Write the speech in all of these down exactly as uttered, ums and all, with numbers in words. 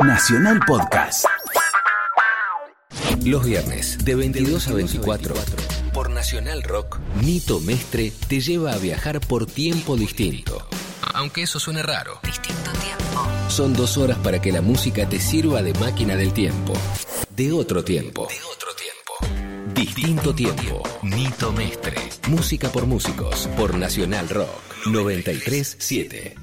Nacional Podcast. Los viernes, de veintidós a veinticuatro, por Nacional Rock, Nito Mestre te lleva a viajar por tiempo distinto. Aunque eso suene raro. Distinto tiempo. Son dos horas para que la música te sirva de máquina del tiempo. De otro tiempo. De otro tiempo. Distinto tiempo. Nito Mestre. Música por músicos. Por Nacional Rock. noventa y tres siete.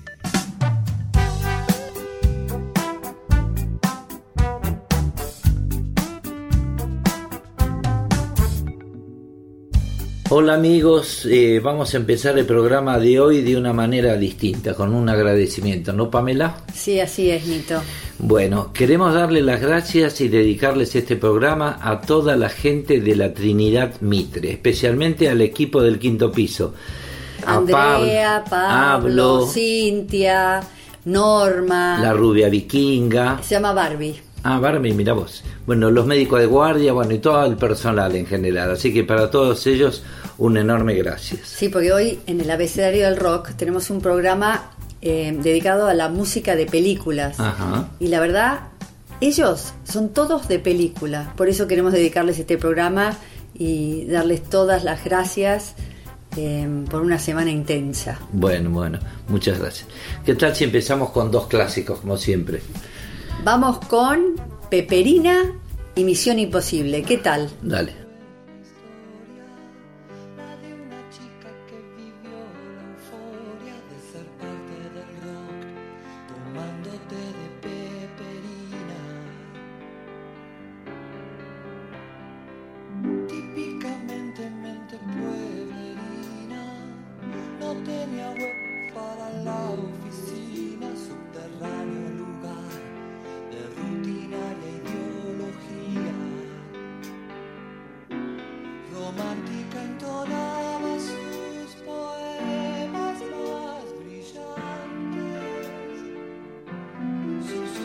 Hola amigos, eh, vamos a empezar el programa de hoy de una manera distinta, con un agradecimiento, ¿no, Pamela? Sí, así es, Nito. Bueno, queremos darle las gracias y dedicarles este programa a toda la gente de la Trinidad Mitre, especialmente al equipo del quinto piso. A Andrea, Pab- Pablo, Pablo, Cintia, Norma. la rubia vikinga. Se llama Barbie. Ah, Barbie, mira vos. Bueno, los médicos de guardia, bueno, y todo el personal en general. Así que para todos ellos, un enorme gracias. Sí, porque hoy en el Abecedario del Rock tenemos un programa eh, dedicado a la música de películas. Ajá. Y la verdad, ellos son todos de película. Por eso queremos dedicarles este programa y darles todas las gracias eh, por una semana intensa. Bueno, bueno, muchas gracias. ¿Qué tal si empezamos con dos clásicos, como siempre? Vamos con Peperina y Misión Imposible. ¿Qué tal? Dale. Sus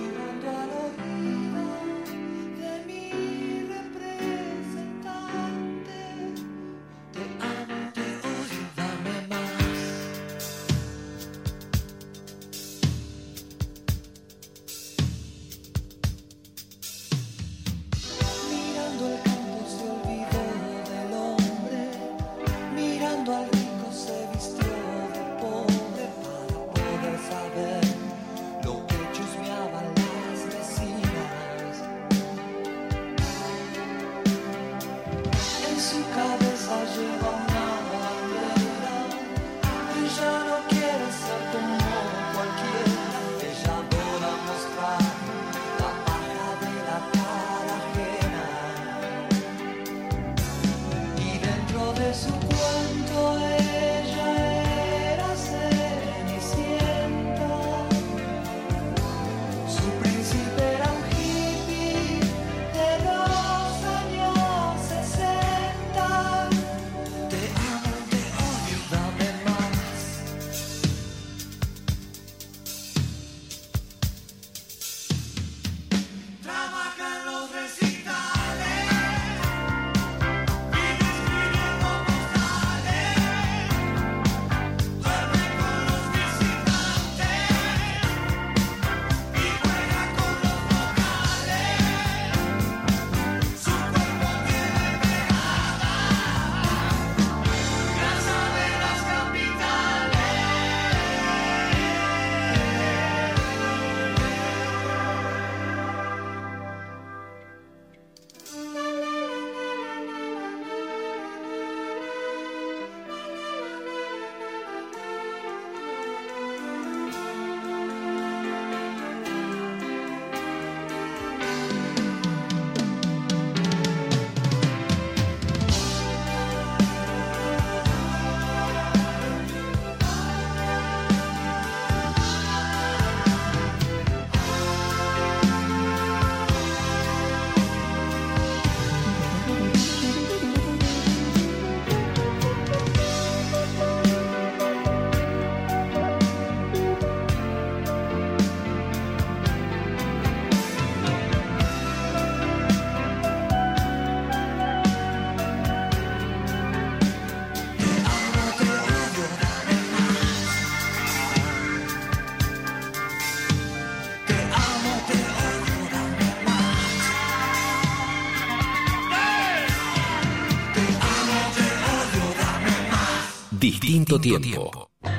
Distinto tiempo.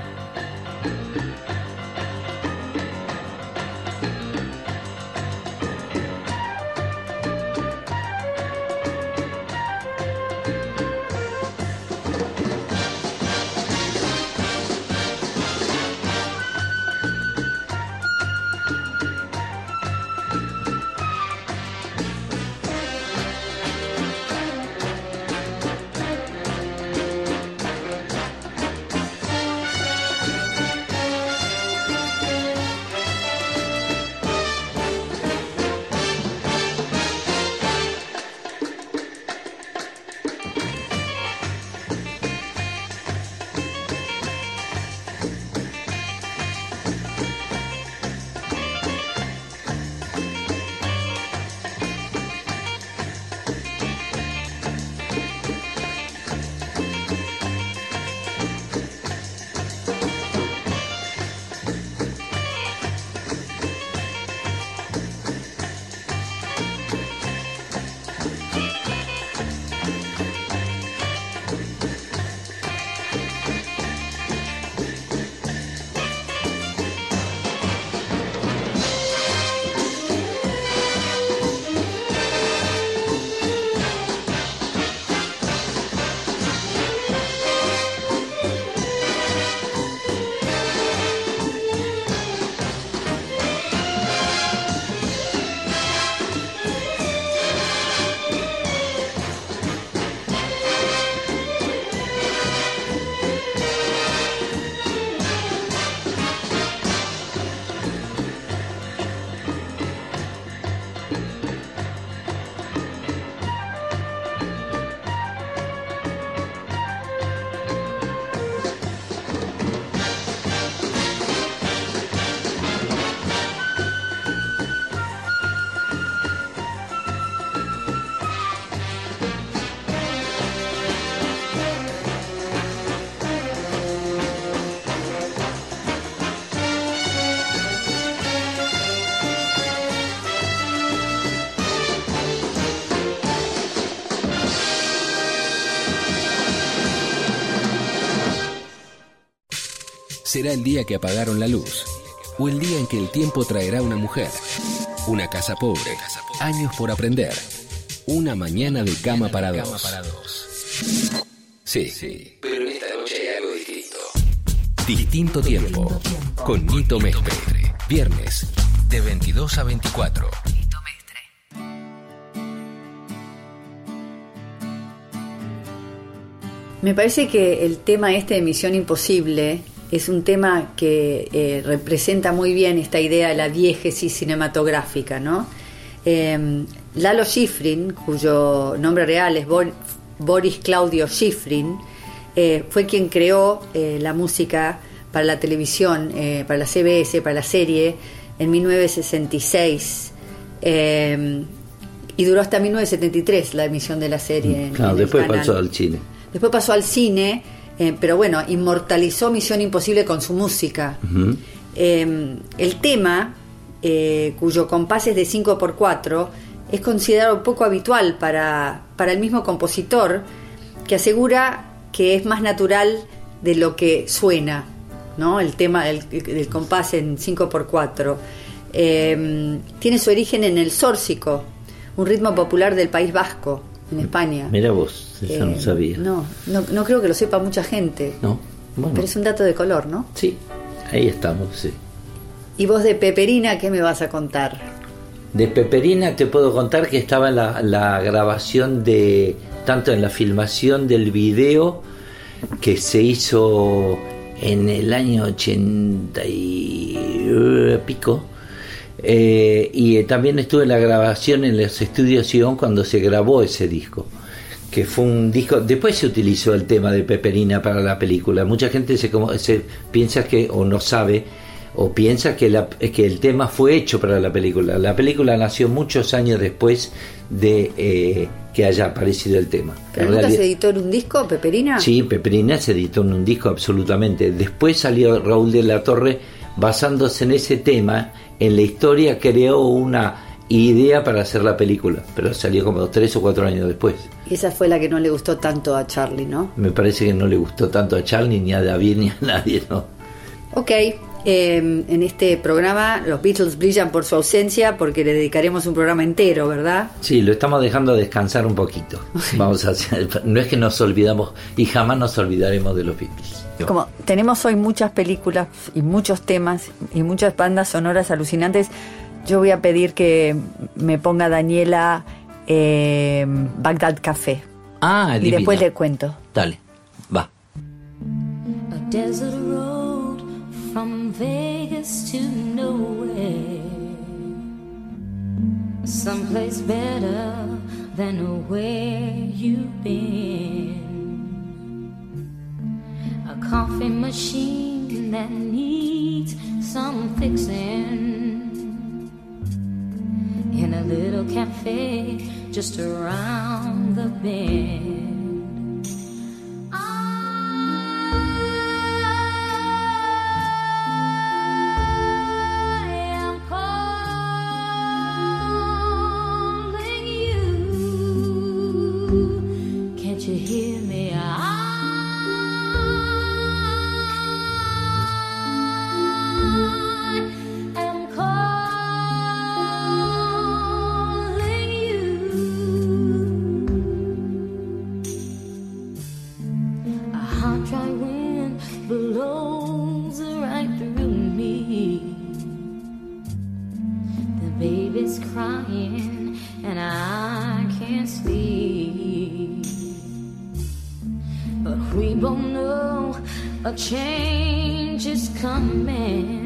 Será el día que apagaron la luz, o el día en que el tiempo traerá una mujer, una casa pobre, años por aprender, una mañana de cama para dos. Sí, sí, pero esta noche hay algo distinto. Distinto tiempo, con Nito Mestre. Viernes, de veintidós a veinticuatro. Me parece que el tema este de Misión Imposible es un tema que eh, representa muy bien esta idea de la diégesis cinematográfica, ¿no? Eh, Lalo Schifrin, cuyo nombre real es Bo- Boris Claudio Schifrin, eh, fue quien creó eh, la música para la televisión, eh, para la C B S, para la serie, en mil novecientos sesenta y seis. Eh, y duró hasta mil novecientos setenta y tres la emisión de la serie. En, claro, en después el canal. pasó al cine. Después pasó al cine, eh, pero bueno, inmortalizó Misión Imposible con su música. Uh-huh. Eh, el tema, eh, cuyo compás es de cinco por cuatro, es considerado poco habitual para, para el mismo compositor, que asegura que es más natural de lo que suena, ¿no? El tema del, del compás en cinco por cuatro. Eh, tiene su origen en el zórzico, un ritmo popular del País Vasco, en España. Mira vos, eso eh, no sabía. No, no, no creo que lo sepa mucha gente. No, bueno. Pero es un dato de color, ¿no? Sí, ahí estamos, sí. ¿Y vos de Peperina qué me vas a contar? De Peperina te puedo contar que estaba en la, la grabación de, tanto en la filmación del video que se hizo en el año ochenta y pico. Eh, y también estuve en la grabación en los estudios Sion cuando se grabó ese disco, que fue un disco. Después se utilizó el tema de Peperina para la película. Mucha gente se, como, se piensa que o no sabe o piensa que, la, que el tema fue hecho para la película. La película nació muchos años después de eh, que haya aparecido el tema. ¿Pero nunca realidad, se editó en un disco, Peperina? Sí, Peperina se editó en un disco, absolutamente. Después salió Raúl de la Torre, basándose en ese tema, en la historia creó una idea para hacer la película, pero salió como tres o cuatro años después. Y esa fue la que no le gustó tanto a Charlie, ¿no? Me parece que no le gustó tanto a Charlie, ni a David, ni a nadie, ¿no? Ok, eh, en este programa los Beatles brillan por su ausencia porque le dedicaremos un programa entero, ¿verdad? Sí, lo estamos dejando descansar un poquito. Vamos a hacer, no es que nos olvidamos y jamás nos olvidaremos de los Beatles. Como tenemos hoy muchas películas y muchos temas y muchas bandas sonoras alucinantes, yo voy a pedir que me ponga Daniela eh, Bagdad Café. Ah, y divina. después le cuento. Dale, va. A desert road from Vegas to nowhere, someplace better than where you've been. A coffee machine that needs some fixing, in a little cafe just around the bend. I am calling you. Can't you hear me? I am calling you. A hot dry wind blows right through me. The baby's crying and I can't sleep. But we both know a change is coming.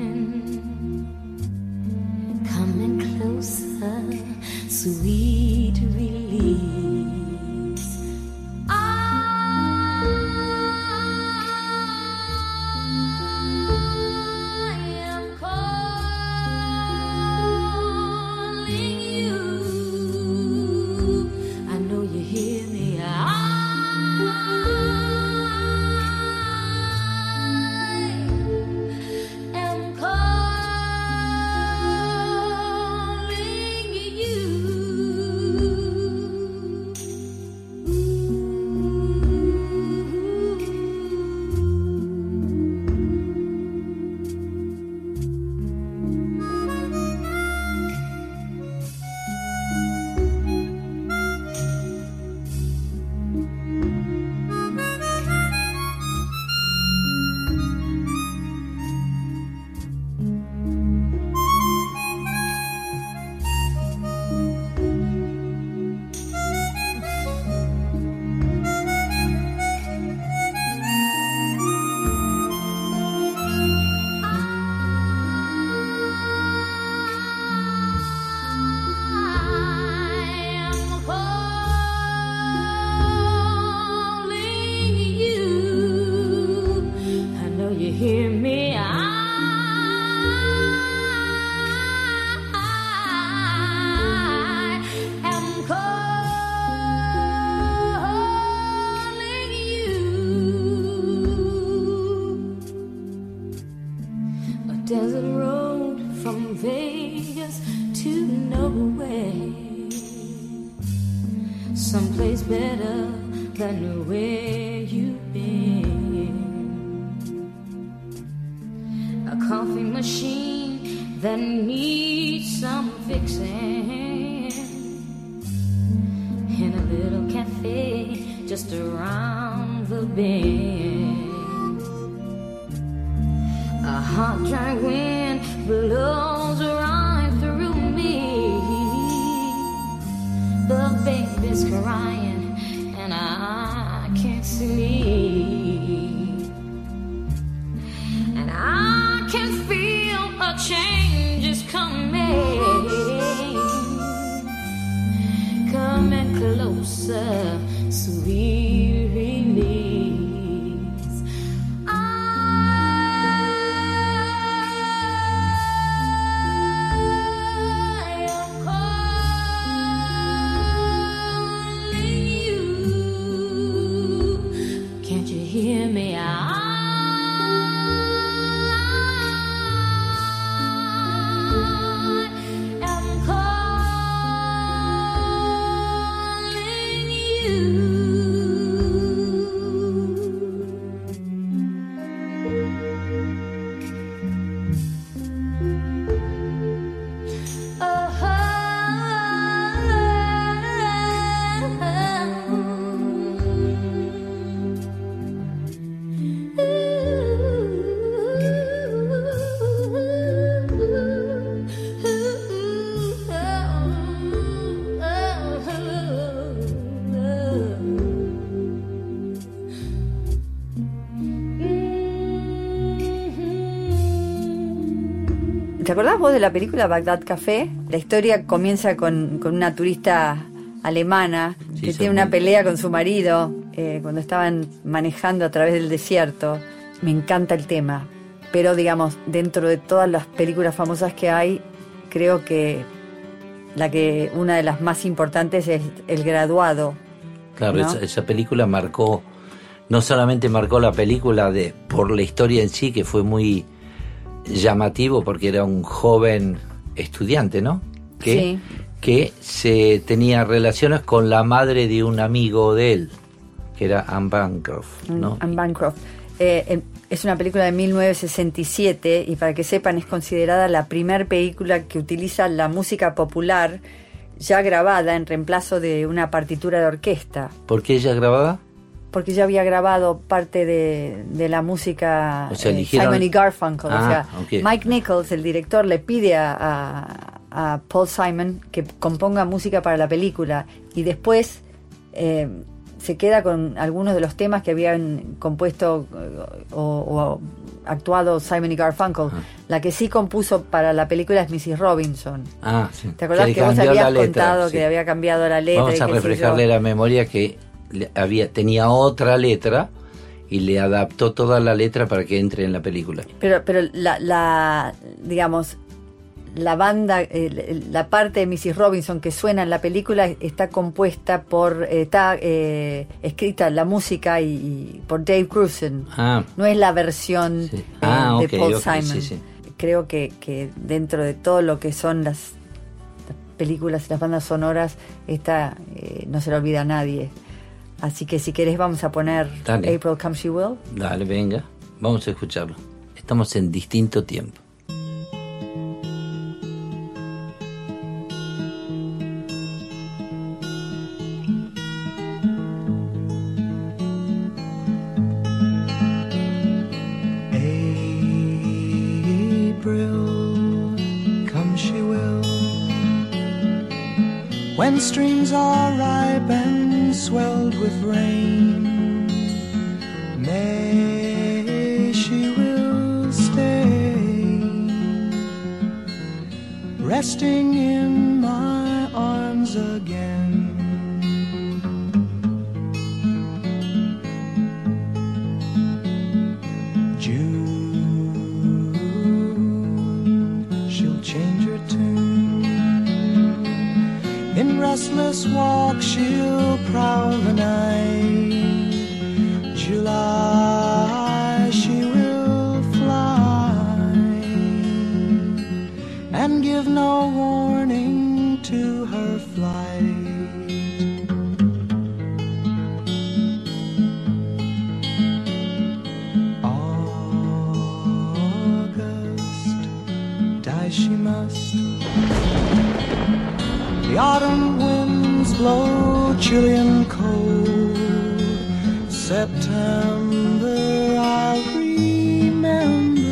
Coming closer, sweet release. I am calling you. I know you hear me. I am calling you. Desert road from Vegas to nowhere, someplace better than where you've been. A coffee machine that needs some fixing, in a little cafe just around the bend. A hot, dry wind blows right through me. The baby's crying and I can't sleep. And I can feel a change is coming. Coming closer, sweet release. I ¿Te acordás vos de la película Bagdad Café? La historia comienza con, con una turista alemana Sí, que son tiene una muy- pelea con su marido eh, cuando estaban manejando a través del desierto. Me encanta el tema, pero digamos, dentro de todas las películas famosas que hay, creo que la que una de las más importantes es El Graduado. Claro, ¿no? esa, esa película marcó, no solamente marcó la película de por la historia en sí, que fue muy llamativo porque era un joven estudiante, ¿no? Que, Sí. que se tenía relaciones con la madre de un amigo de él, que era Anne Bancroft, ¿no? Anne Bancroft. Eh, eh, es una película de mil novecientos sesenta y siete y para que sepan es considerada la primer película que utiliza la música popular ya grabada en reemplazo de una partitura de orquesta, ¿Por qué ella grababa? porque ya había grabado parte de, de la música O sea, eh, eligieron- Simon y Garfunkel. Ah, o sea, ok. Mike Nichols, el director, le pide a, a, a Paul Simon que componga música para la película y después eh, se queda con algunos de los temas que habían compuesto eh, o, o actuado Simon y Garfunkel. Ah. La que sí compuso para la película es missus Robinson. Ah, sí. ¿Te acordás le que, vos cambió la habías letra, contado sí. que había cambiado la letra? Vamos y a qué sé yo? refrescarle la memoria que le había tenía otra letra y le adaptó toda la letra para que entre en la película. Pero, pero la, la, digamos, la banda, eh, la parte de missus Robinson que suena en la película está compuesta por, eh, está eh, escrita la música y, y por Dave Grusin. Ah, No es la versión Sí. eh, Ah, de ok, Paul ok, Simon. sí, sí. Creo que, que dentro de todo lo que son las, las películas y las bandas sonoras, esta eh, no se la olvida a nadie. Así que si querés vamos a poner Dale. April Come She Will. dale, venga, vamos a escucharlo. Estamos en distinto tiempo. April, come she will, when streams are ripe and swelled with rain. May she will stay, resting in my arms again. Restless walk, she'll prowl the night. July, she will fly and give no warning to her flight. August, die she must. The autumn winds blow chilly and cold. September I'll remember.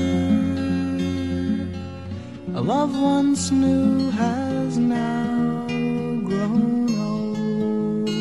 A love once new has now grown old.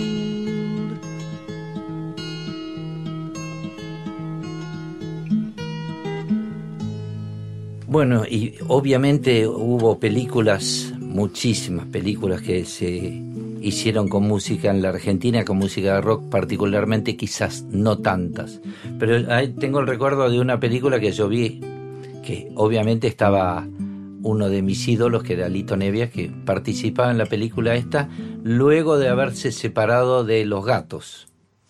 Bueno, y obviamente hubo películas, muchísimas películas que se hicieron con música en la Argentina, con música de rock, particularmente quizás no tantas. Pero ahí tengo el recuerdo de una película que yo vi, que obviamente estaba uno de mis ídolos, que era Lito Nebbia, que participaba en la película esta, luego de haberse separado de Los Gatos.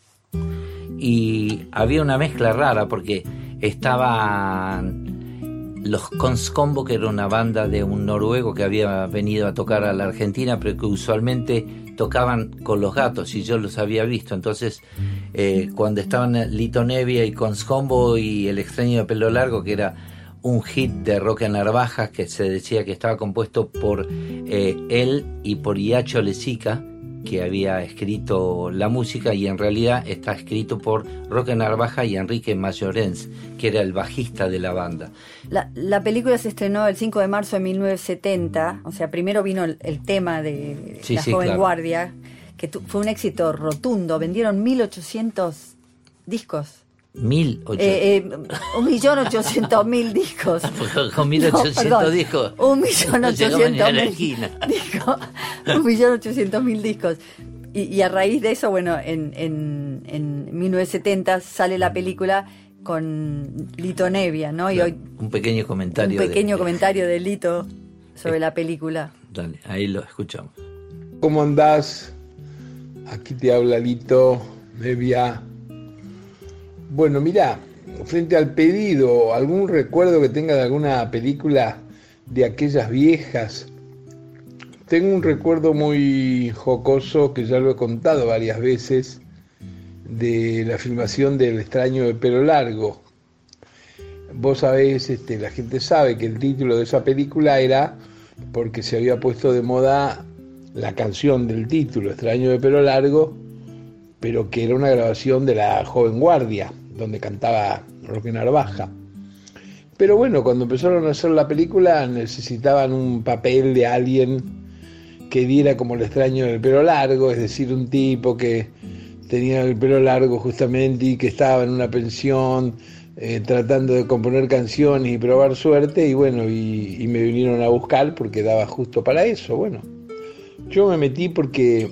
Y había una mezcla rara porque estaban los Conscombo, que era una banda de un noruego que había venido a tocar a la Argentina, pero que usualmente tocaban con Los Gatos y yo los había visto. Entonces, eh, cuando estaban Lito Nebbia y Conscombo y El extraño de pelo largo, que era un hit de Roque Narvajas, que se decía que estaba compuesto por eh, él y por Iacho Lezica, que había escrito la música, y en realidad está escrito por Roque Narvaja y Enrique Mayorens, que era el bajista de la banda. La, la película se estrenó el cinco de marzo de mil novecientos setenta, o sea, primero vino el, el tema de Sí, La sí, joven claro. guardia, que tu, fue un éxito rotundo, vendieron mil ochocientos discos Mil ochocientos. Eh, eh, un millón ochocientos mil discos. Con mil ochocientos no, discos. Un millón ochocientos mil esquina. discos. Un millón ochocientos mil discos. Y, y a raíz de eso, bueno, en, en, en mil novecientos setenta sale la película con Lito Nevia, ¿no? Y hoy un pequeño comentario. Un pequeño de, comentario de Lito sobre eh, la película. Dale, ahí lo escuchamos. ¿Cómo andás? Aquí te habla Lito Nevia. Bueno, mira, frente al pedido, algún recuerdo que tenga de alguna película de aquellas viejas. Tengo un recuerdo muy jocoso que ya lo he contado varias veces de la filmación del Extraño de pelo largo. Vos sabés, este, la gente sabe que el título de esa película era porque se había puesto de moda la canción del título, Extraño de pelo largo, pero que era una grabación de La Joven Guardia, donde cantaba Roque Narvaja. Pero bueno, cuando empezaron a hacer la película necesitaban un papel de alguien que diera como el extraño del pelo largo, es decir, un tipo que tenía el pelo largo justamente y que estaba en una pensión eh, tratando de componer canciones y probar suerte, y bueno, y, y me vinieron a buscar porque daba justo para eso. Bueno, yo me metí porque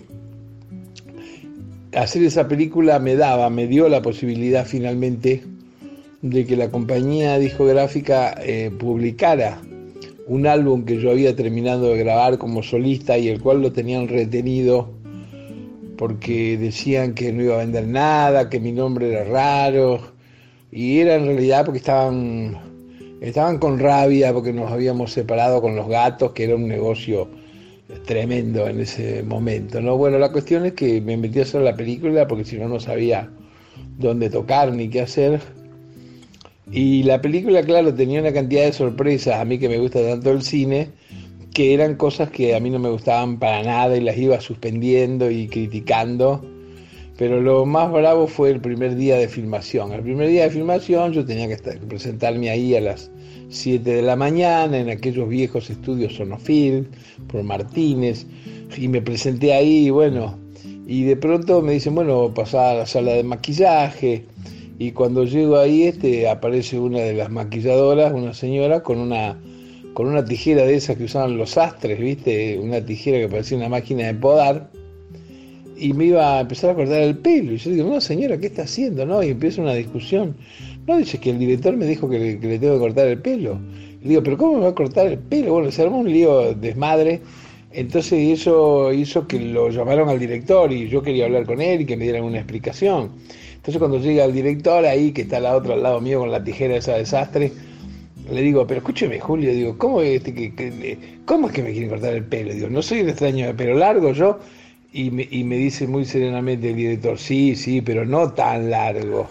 hacer esa película me daba, me dio la posibilidad finalmente de que la compañía discográfica eh, publicara un álbum que yo había terminado de grabar como solista y el cual lo tenían retenido porque decían que no iba a vender nada, que mi nombre era raro, y era en realidad porque estaban, estaban con rabia porque nos habíamos separado con los gatos, que era un negocio tremendo en ese momento, ¿no? Bueno, la cuestión es que me metí a hacer la película porque si no, no sabía dónde tocar ni qué hacer. Y la película, claro, tenía una cantidad de sorpresas, a mí que me gusta tanto el cine, que eran cosas que a mí no me gustaban para nada y las iba suspendiendo y criticando. Pero lo más bravo fue el primer día de filmación. El primer día de filmación yo tenía que estar, presentarme ahí a las siete de la mañana en aquellos viejos estudios Sonofil por Martínez, y me presenté ahí, y bueno, y de pronto me dicen, bueno, pasá a la sala de maquillaje, y cuando llego ahí este aparece una de las maquilladoras, una señora con una con una tijera de esas que usaban los sastres, ¿viste? Una tijera que parecía una máquina de podar, y me iba a empezar a cortar el pelo, y yo digo, no señora, ¿qué está haciendo? No, y empieza una discusión. No, dice que el director me dijo que le, que le tengo que cortar el pelo. Y digo, ¿pero cómo me va a cortar el pelo? Bueno, se armó un lío desmadre. Entonces eso hizo que lo llamaron al director y yo quería hablar con él y que me dieran una explicación. Entonces cuando llega el director ahí, que está la otra al lado mío con la tijera esa desastre, le digo, pero escúcheme Julio, digo, ¿cómo, este, que, que, ¿cómo es que me quieren cortar el pelo? Digo, no soy el extraño de pelo largo yo. Y me, y me dice muy serenamente el director, sí, sí, pero no tan largo.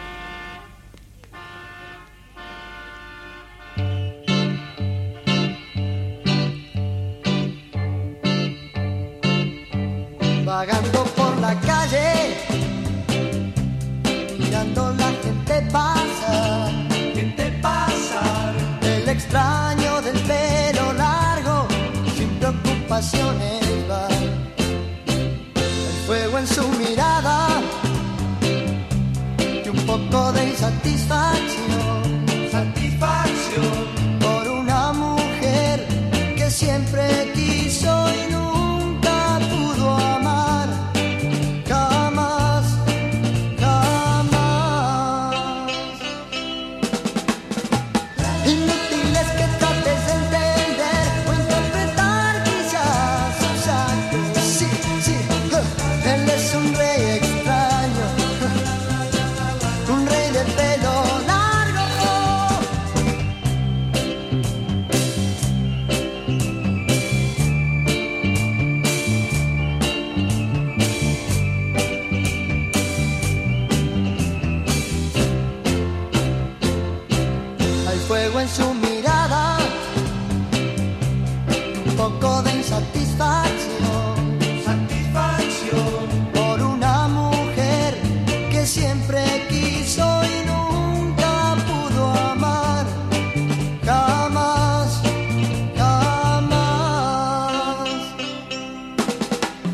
Vagando por la calle, mirando la gente pasar, gente pasar, el extraño del pelo largo, sin preocupaciones va, el fuego en su mirada y un poco de insatisfacción, satisfacción por una mujer que siempre quiso y no en su mirada, un poco de insatisfacción, satisfacción por una mujer que siempre quiso y nunca pudo amar, jamás, jamás.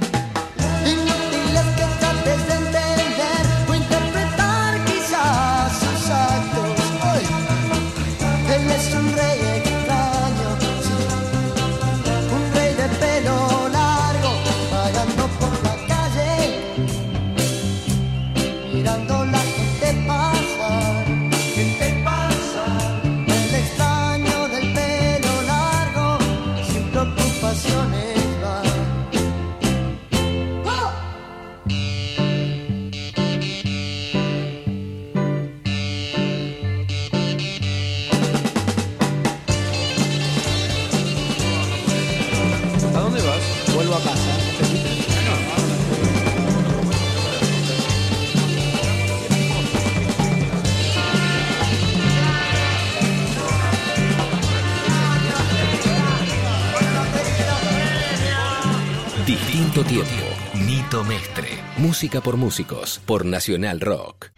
Inútil es que trates de entender o interpretar quizás vuelvo a casa. Distinto tiempo. Nito Mestre. Música por músicos. Por Nacional Rock.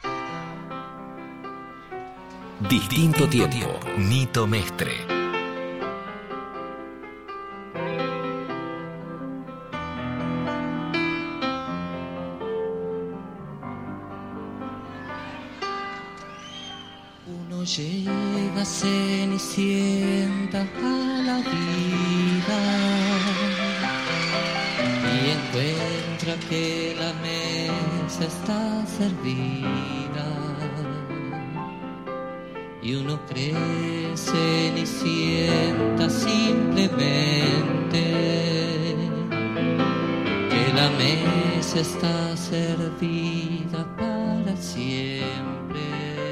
Distinto tiempo. Nito Mestre. Uno llega cenicienta a la vida y encuentra que la mesa está servida y uno cree cenicienta simplemente que la mesa está servida para siempre.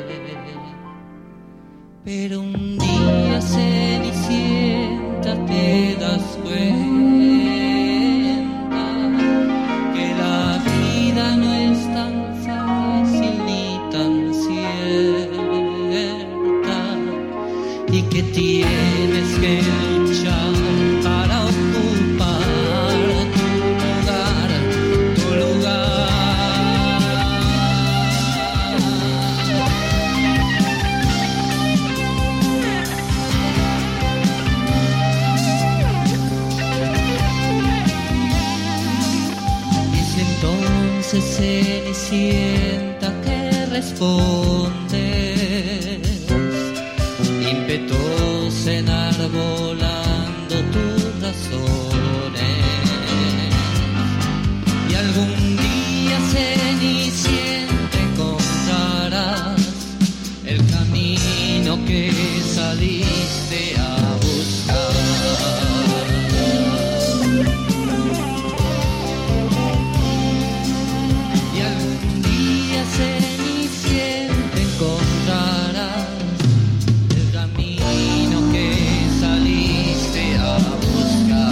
Pero un día cenicienta te das cuenta que la vida no es tan fácil ni tan cierta y que tienes que luchar para ocupar tu lugar, tu lugar. Cenicienta que respondes, ímpetus enarbolando tus razones, y algún día cenicienta encontrarás el camino que saliste a buscar. Cenicienta encontrarás el camino que saliste a buscar.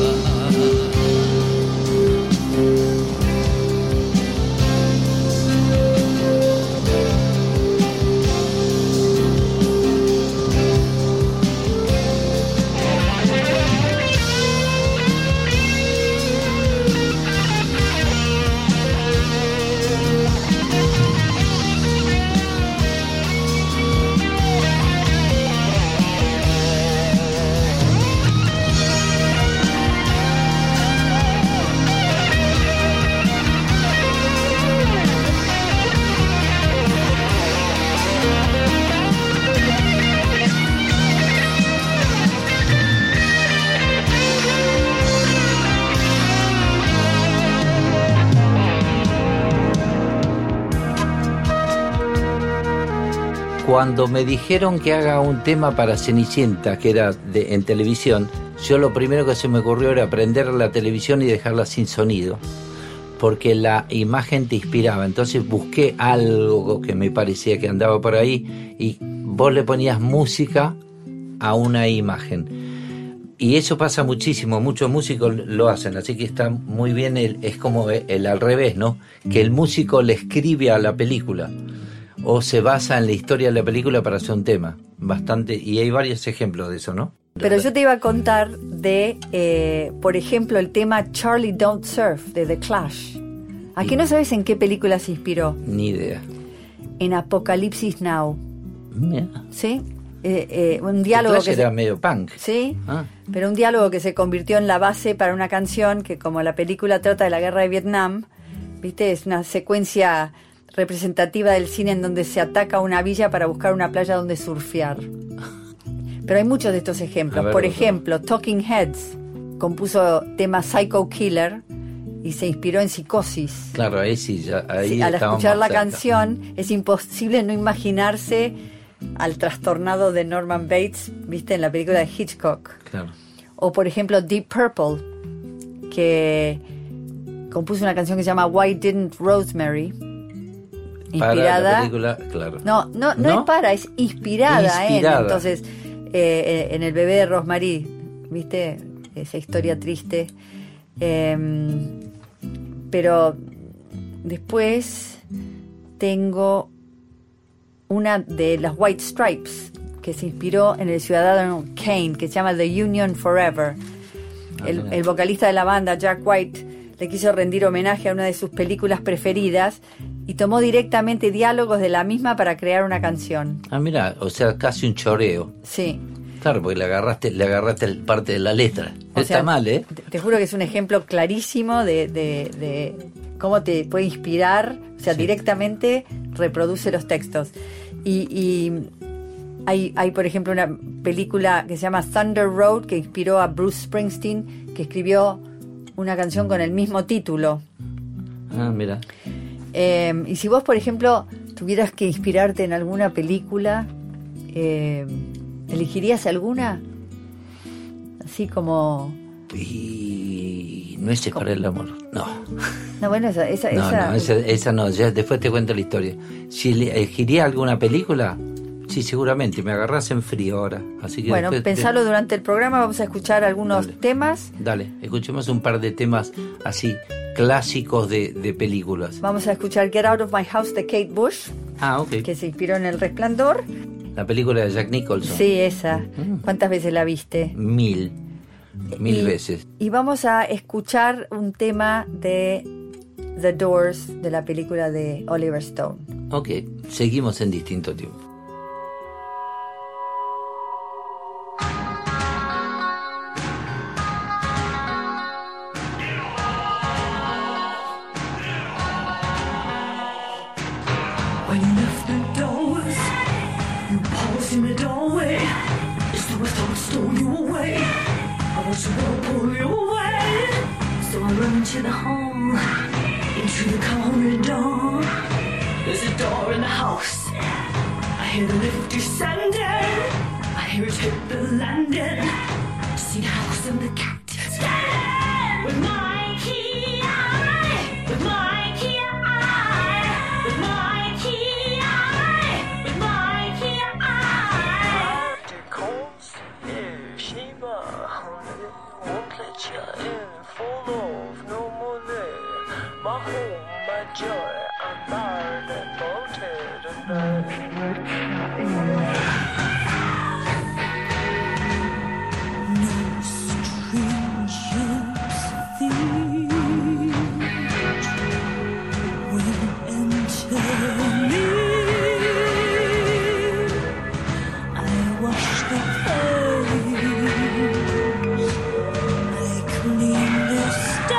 Cuando me dijeron que haga un tema para Cenicienta, que era de, en televisión, yo lo primero que se me ocurrió era prender la televisión y dejarla sin sonido, porque la imagen te inspiraba. Entonces busqué algo que me parecía que andaba por ahí y vos le ponías música a una imagen. Y eso pasa muchísimo, muchos músicos lo hacen, así que está muy bien, el, es como el, el al revés, ¿no? Que el músico le escribe a la película o se basa en la historia de la película para hacer un tema, bastante, y hay varios ejemplos de eso, ¿no? Pero yo te iba a contar de, eh, por ejemplo, el tema Charlie Don't Surf de The Clash. ¿A qué no sabes en qué película se inspiró? Ni idea. En Apocalipsis Now. Mira. ¿Sí? Eh, eh, un diálogo The Clash que era se... medio punk. Sí, ah. pero un diálogo que se convirtió en la base para una canción que, como la película trata de la guerra de Vietnam, ¿viste? Es una secuencia representativa del cine en donde se ataca una villa para buscar una playa donde surfear. Pero hay muchos de estos ejemplos. Ver, Por otro. ejemplo, Talking Heads compuso tema Psycho Killer y se inspiró en Psicosis. Claro, ahí sí, ya, ahí Sí, al estábamos escuchar la cerca. canción es imposible no imaginarse al trastornado de Norman Bates, viste, en la película de Hitchcock. Claro. O por ejemplo Deep Purple, que compuso una canción que se llama Why Didn't Rosemary, Para inspirada. la película, claro. No, no, no, ¿No? es para, es inspirada, Inspirada. en. Entonces, eh, eh, en el bebé de Rosemary, viste, esa historia triste. Eh, pero después tengo una de las White Stripes, que se inspiró en el Ciudadano Kane, que se llama The Union Forever. El, el vocalista de la banda, Jack White, le quiso rendir homenaje a una de sus películas preferidas y tomó directamente diálogos de la misma para crear una canción. Ah, mira, o sea, casi un choreo. Sí. Claro, porque le agarraste, le agarraste parte de la letra. O Está sea, mal, ¿eh? Te, te juro que es un ejemplo clarísimo de, de, de cómo te puede inspirar, o sea, sí. Directamente reproduce los textos. Y, y hay, hay, por ejemplo, una película que se llama Thunder Road, que inspiró a Bruce Springsteen, que escribió una canción con el mismo título. Ah, mira. Eh, y si vos, por ejemplo, tuvieras que inspirarte en alguna película, eh, ¿elegirías alguna? Así como... Y... Nueces para el amor. No. No, bueno, esa... esa, no, esa... no, esa, esa no. Ya después te cuento la historia. Si elegiría alguna película... Sí, seguramente. Me agarrás en frío ahora. Así que bueno, después pensalo te... durante el programa. Vamos a escuchar algunos Dale. temas. Dale, escuchemos un par de temas así, clásicos de, de películas. Vamos a escuchar Get Out of My House de Kate Bush. Ah, ok. Que se inspiró en El Resplandor. La película de Jack Nicholson. Sí, esa. Mm. ¿Cuántas veces la viste? Mil. Mil y, veces. Y vamos a escuchar un tema de The Doors, de la película de Oliver Stone. Ok, seguimos en Distinto Tiempo. When you left the doors, you paused in the doorway. It's the West Home stole you away. I was gonna pull you away. So I run into the hall, into the corridor. There's a door in the house. I hear the lift descending. I hear it hit the landing. See the house and the cat standing with my key eye, with my key eye, with my key eye, with my key eye. Det konstiga skiva won't let you in full of no money. My home, my joy, I'm married and bolted and No strangers feet will enter me. I wash the face, I clean the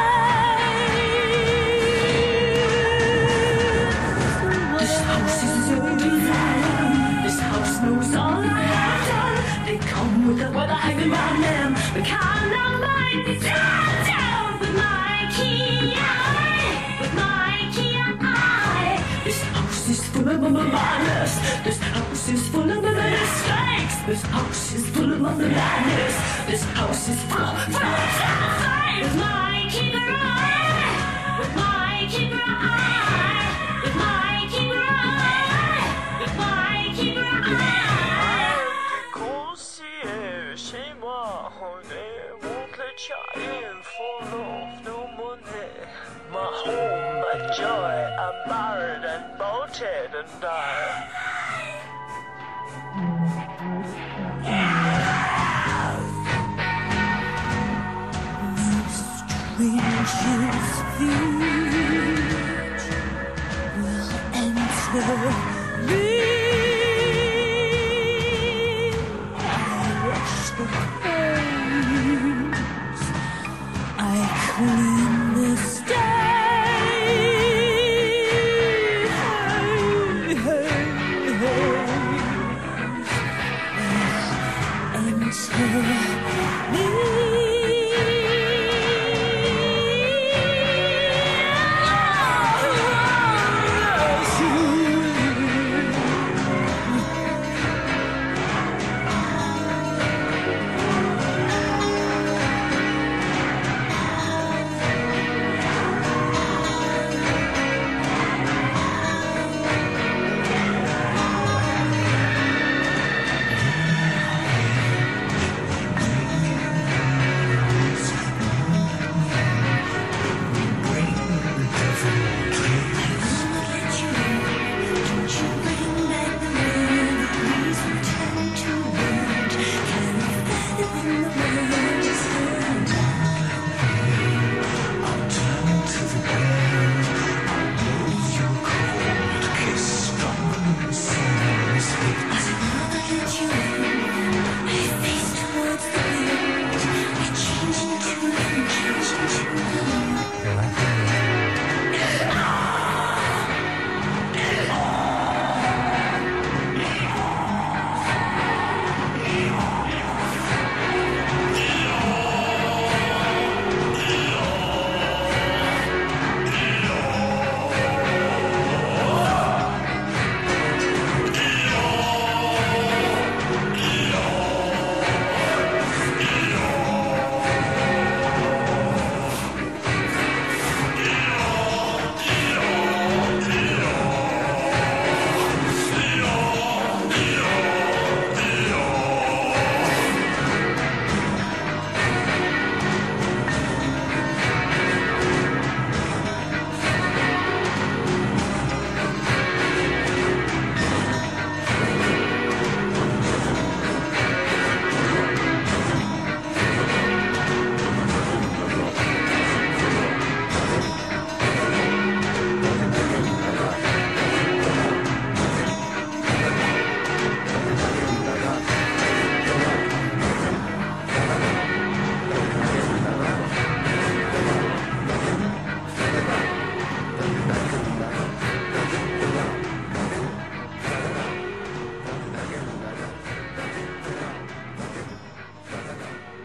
stains. This house is your design. This house knows all I have done. They come with a weather hanging round them. The kind of light down, down with my key eye, with my key eye. This house is full of madness. This house is full of mistakes. This house is full of madness. This house is full of mistakes. With my key eye, with my key eye, with my key eye, with my key eye. concierge chez moi, they won't let you in full of no money. My home, my joy, I'm married and bolted and I. Strangers feet will enter me. I wash the face, I clean the stains. Hey, hey, hey. Enter me.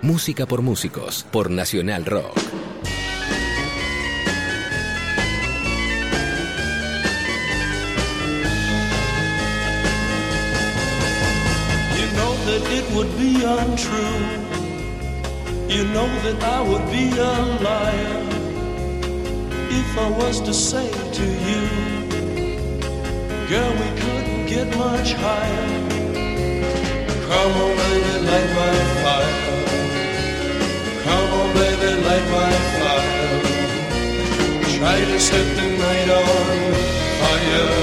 Música por músicos, por Nacional Rock. You know that it would be untrue. You know that I would be a liar if I was to say to you, girl, we couldn't get much higher. Come on, baby, light my fire. Come on, baby, light my fire. Try to set the night on fire.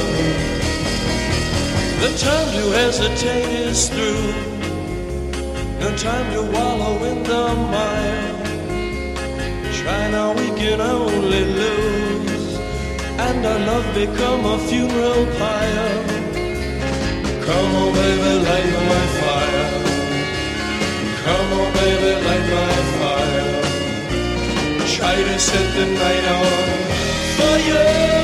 The time to hesitate is through. No time to wallow in the mire. Try now, we can only lose, and our love become a funeral pyre. Come on, baby, light my fire. Come on, baby, light my fire. Try to set the night on fire.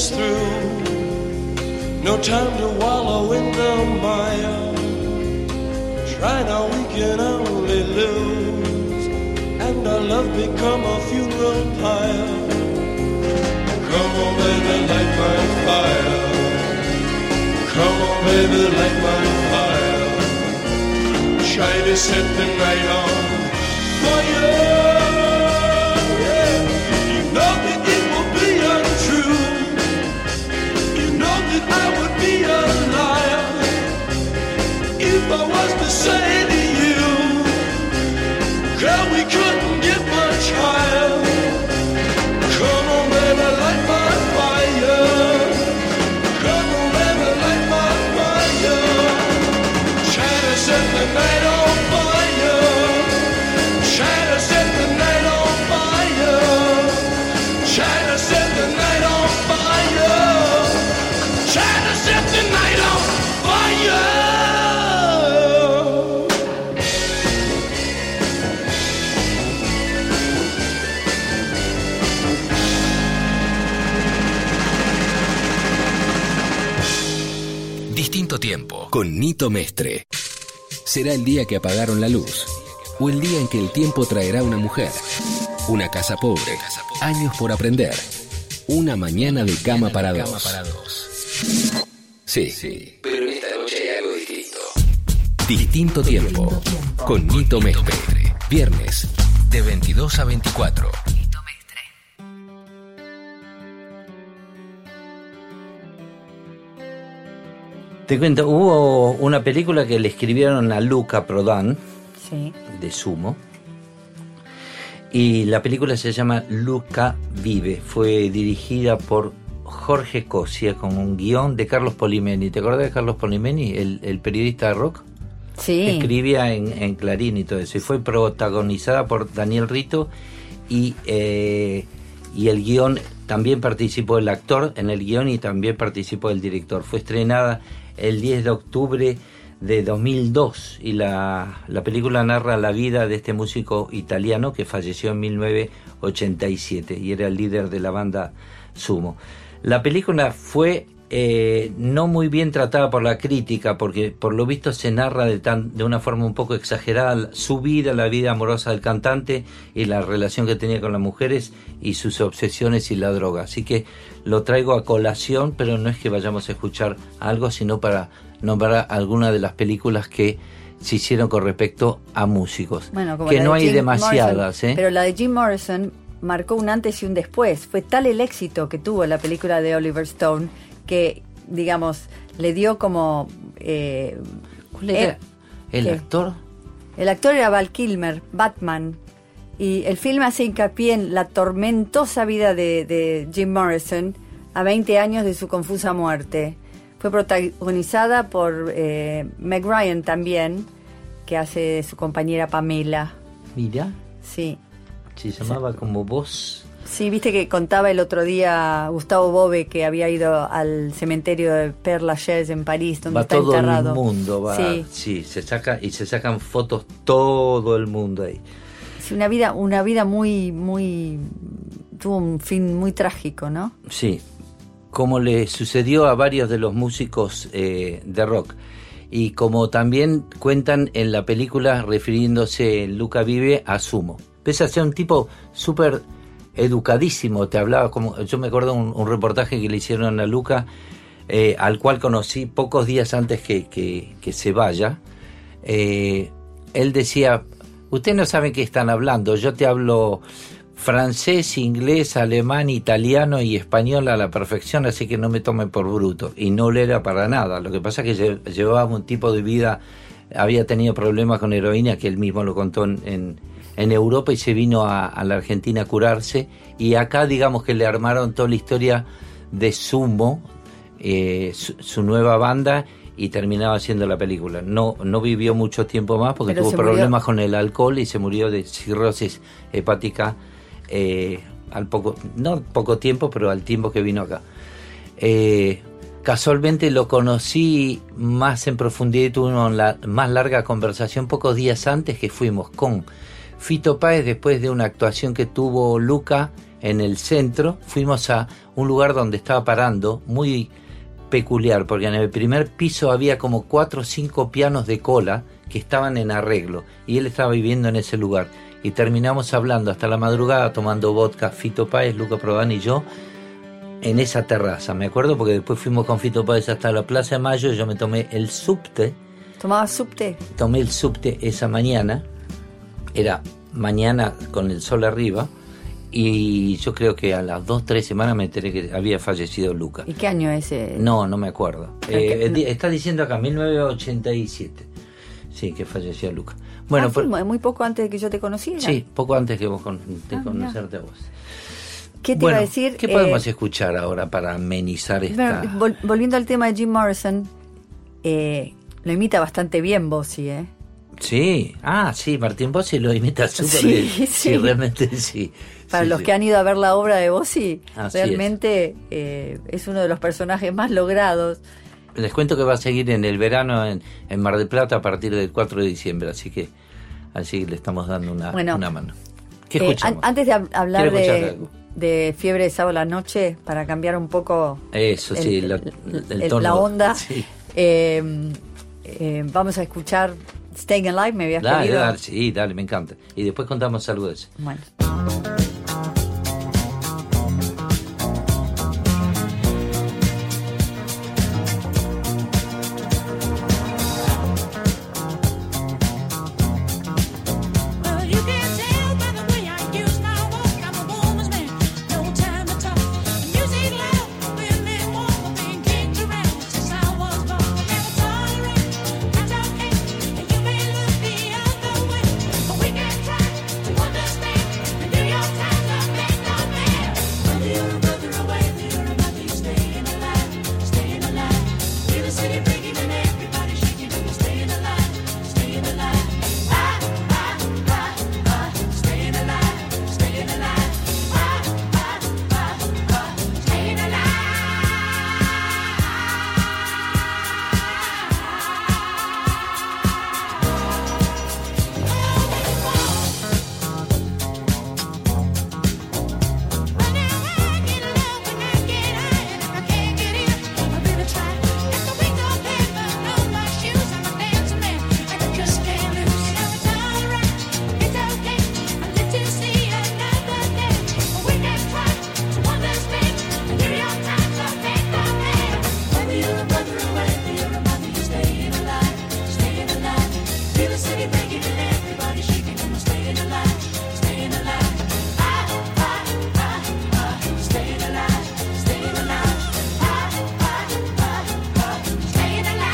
is through. No time to wallow in the mire. Try now, we can only lose, and our love become a funeral pyre. Come on, baby, light my fire. Come on, baby, light my fire. Try to set the night on fire. Yeah. You know that it will be untrue. You know that I would be a liar if I was to say to you, girl, we couldn't get much higher. Come on, baby, light my fire. Come on, baby, light my fire. Try to set the night on fire. Try to set the night on fire. Try to set the night on fire. Try to set the night on fire. Distinto tiempo, con Nito Mestre. Será el día que apagaron la luz, o el día en que el tiempo traerá una mujer, una casa pobre, años por aprender, una mañana de cama para dos. Sí, sí, pero esta noche hay algo distinto. Distinto tiempo, con Nito Mestre. Viernes, de veintidós a veinticuatro. Te cuento, hubo una película que le escribieron a Luca Prodan, Sí. de Sumo, y la película se llama Luca Vive. Fue dirigida por Jorge Cosia con un guión de Carlos Polimeni. ¿Te acuerdas de Carlos Polimeni, el, el periodista de rock? Sí. Escribía en, en Clarín y todo eso, y fue protagonizada por Daniel Rito, y, eh, y el guión, también participó el actor en el guión y también participó el director. Fue estrenada el diez de octubre de dos mil dos, y la, la película narra la vida de este músico italiano que falleció en mil novecientos ochenta y siete y era el líder de la banda Sumo. La película fue eh, no muy bien tratada por la crítica, porque por lo visto se narra de, tan, de una forma un poco exagerada su vida, la vida amorosa del cantante y la relación que tenía con las mujeres y sus obsesiones y la droga. Así que lo traigo a colación, pero no es que vayamos a escuchar algo, sino para nombrar algunas de las películas que se hicieron con respecto a músicos. Bueno, como que la no de hay Jim demasiadas, Morrison, ¿eh? Pero la de Jim Morrison marcó un antes y un después. Fue tal el éxito que tuvo la película de Oliver Stone que, digamos, le dio como... Eh, ¿Cuál era eh, el ¿qué? actor? El actor era Val Kilmer, Batman. Y el filme hace hincapié en la tormentosa vida de, de Jim Morrison a veinte años de su confusa muerte. Fue protagonizada por eh, Meg Ryan también, que hace de su compañera Pamela. Mira. Sí. Se llamaba como vos. Sí, viste que contaba el otro día Gustavo Bove que había ido al cementerio de Père Lachaise en París, donde Va está todo enterrado. el mundo, va. Sí. Sí, se saca y se sacan fotos todo el mundo ahí. Sí, una vida, una vida muy, muy, tuvo un fin muy trágico, ¿no? Sí, como le sucedió a varios de los músicos eh, de rock. Y como también cuentan en la película, refiriéndose en Luca Vive a Sumo. Pese a ser un tipo súper educadísimo, te hablaba como... Yo me acuerdo un, un reportaje que le hicieron a Luca, eh, al cual conocí pocos días antes que, que, que se vaya. Eh, él decía, ustedes no saben qué están hablando, yo te hablo francés, inglés, alemán, italiano y español a la perfección, así que no me tomen por bruto. Y no lo era para nada. Lo que pasa es que llevaba un tipo de vida, había tenido problemas con heroína, que él mismo lo contó en, en, en Europa, y se vino a, a la Argentina a curarse. Y acá, digamos que le armaron toda la historia de Sumo, eh, su, su nueva banda, y terminaba haciendo la película. No, no vivió mucho tiempo más porque Pero tuvo problemas con el alcohol y se murió de cirrosis hepática. Eh, al poco, no poco tiempo, pero al tiempo que vino acá. Eh, casualmente lo conocí más en profundidad y tuve una la, más larga conversación pocos días antes, que fuimos con Fito Páez después de una actuación que tuvo Luca en el centro, fuimos a un lugar donde estaba parando, muy peculiar, porque en el primer piso había como cuatro o cinco pianos de cola que estaban en arreglo, y él estaba viviendo en ese lugar. Y terminamos hablando hasta la madrugada, tomando vodka, Fito Páez, Luca Prodan y yo, en esa terraza. Me acuerdo porque después fuimos con Fito Páez hasta la Plaza de Mayo, yo me tomé el subte. ¿Tomabas subte? Tomé el subte esa mañana, era mañana con el sol arriba, y yo creo que a las dos, tres semanas me enteré que había fallecido Luca. ¿Y qué año es ese? No, no me acuerdo. Okay, Eh, no. Está diciendo acá, mil novecientos ochenta y siete. Sí, que falleció Luca. Bueno, ah, pues, fue muy poco antes de que yo te conociera. sí, poco antes que vos con, de Ah, conocerte a vos. ¿Qué te Bueno, iba a decir? ¿qué podemos Eh, escuchar ahora para amenizar esta...? Bueno, vol- volviendo al tema de Jim Morrison, eh, lo imita bastante bien Bossi, ¿eh? Sí, ah, sí, Martín Bossi lo imita súper Sí, bien. sí. Sí, realmente sí. Para Sí, los sí. que han ido a ver la obra de Bossi, Así realmente eh, es uno de los personajes más logrados. Les cuento que va a seguir en el verano en, en Mar del Plata a partir del cuatro de diciembre, así que así le estamos dando una, Bueno, una mano. ¿Qué Eh, escuchamos? an- antes de hab- hablar Quiero escuchar de, algo. de Fiebre de Sábado a la Noche, para cambiar un poco Eso, sí, el- la, el- el el- tono. la onda, Sí. eh, eh, vamos a escuchar Staying Alive, me habías Dale, pedido. dale, sí, dale, me encanta. Y después contamos algo de eso. Bueno. Well, you can tell by the way I use my walk. I'm a woman's man, no time to talk. Music loud, women walk, being kicked around since I was born. Never tolerate, that's okay. And you may look the other way, but we can try to understand and do your time to make no man. Whether you're a brother or whether you're a mother, you're staying alive, staying alive. Feel the city breaking and everybody shaking, and you're staying alive, staying alive. Staying alive, staying alive, ah, ah, ah, ah, staying alive. When I get low, when I get high, and if I can't get in, I really try. Got the wings of heaven on my shoes, I'm a dancing man, and I just can't lose. Now it's alright, it's okay. I live to see another day. But we can try to understand and do your time to make the man. Whether you're a brother or whether you're a mother, you're staying alive, staying alive. Feel the city breaking and everybody shaking, and we're staying alive, staying alive. Ah, ah, ah, ah, staying alive, staying alive. Ah, ah, ah, ah, staying alive.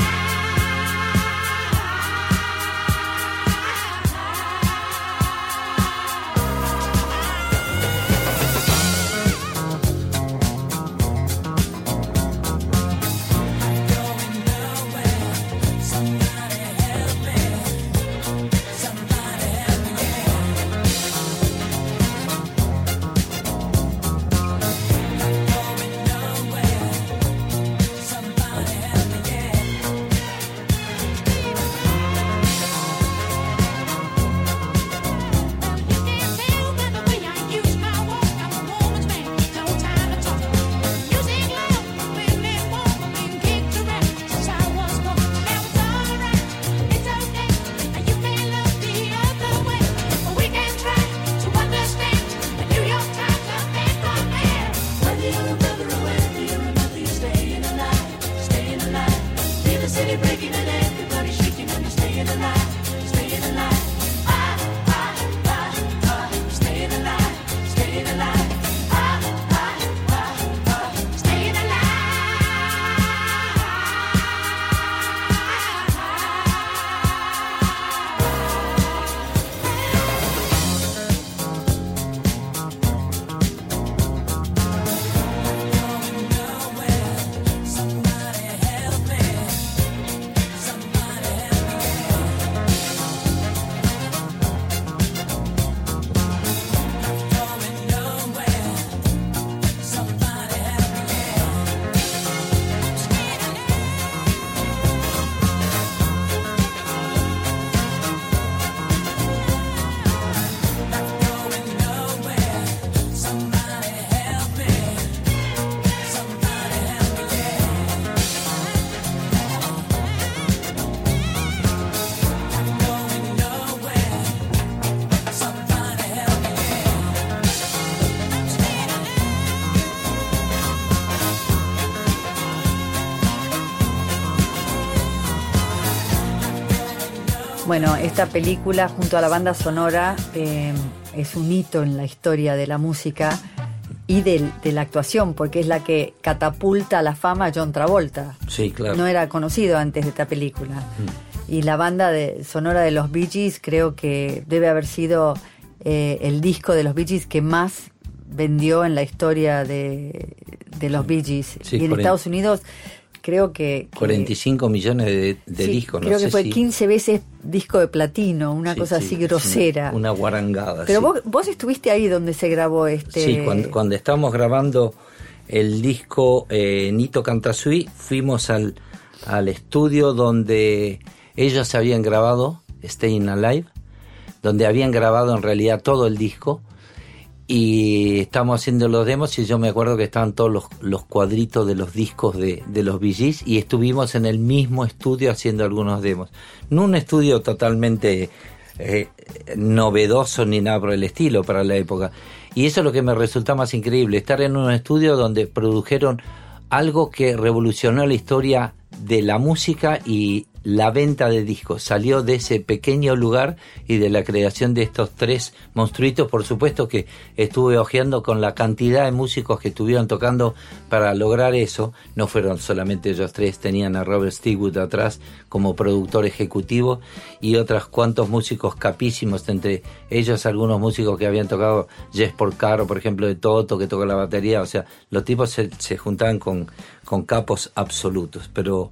City breaking and everybody shaking and you're staying alive, staying alive. Ah, ah, ah, ah, staying alive, staying alive. Ah, ah, ah, ah, staying Bueno, esta película junto a la banda sonora eh, es un hito en la historia de la música y de, de la actuación, porque es la que catapulta a la fama a John Travolta. Sí, claro. No era conocido antes de esta película. Mm. Y la banda de, sonora de los Bee Gees creo que debe haber sido eh, el disco de los Bee Gees que más vendió en la historia de, de los Bee Gees. Sí, y en cuarenta Estados Unidos creo que... que cuarenta y cinco millones de, de sí, discos. Creo no que sé fue si... quince veces disco de platino, una sí, cosa sí, así grosera. Una, una guarangada. Pero sí. vos, vos estuviste ahí donde se grabó este... Sí, cuando, cuando estábamos grabando el disco eh, Nito Cantasui, fuimos al, al estudio donde ellos habían grabado Staying Alive, donde habían grabado en realidad todo el disco, y estábamos haciendo los demos y yo me acuerdo que estaban todos los, los cuadritos de los discos de, de los Bee Gees, y estuvimos en el mismo estudio haciendo algunos demos. No un estudio totalmente eh, novedoso ni nada por el estilo para la época, y eso es lo que me resulta más increíble, estar en un estudio donde produjeron algo que revolucionó la historia de la música y la venta de discos. Salió de ese pequeño lugar y de la creación de estos tres monstruitos. Por supuesto que estuve hojeando con la cantidad de músicos que estuvieron tocando para lograr eso. No fueron solamente ellos tres, tenían a Robert Stigwood atrás como productor ejecutivo y otros cuantos músicos capísimos, entre ellos algunos músicos que habían tocado, Jess Porcaro, por ejemplo, de Toto, que toca la batería. O sea, los tipos se, se juntaban con, con capos absolutos, pero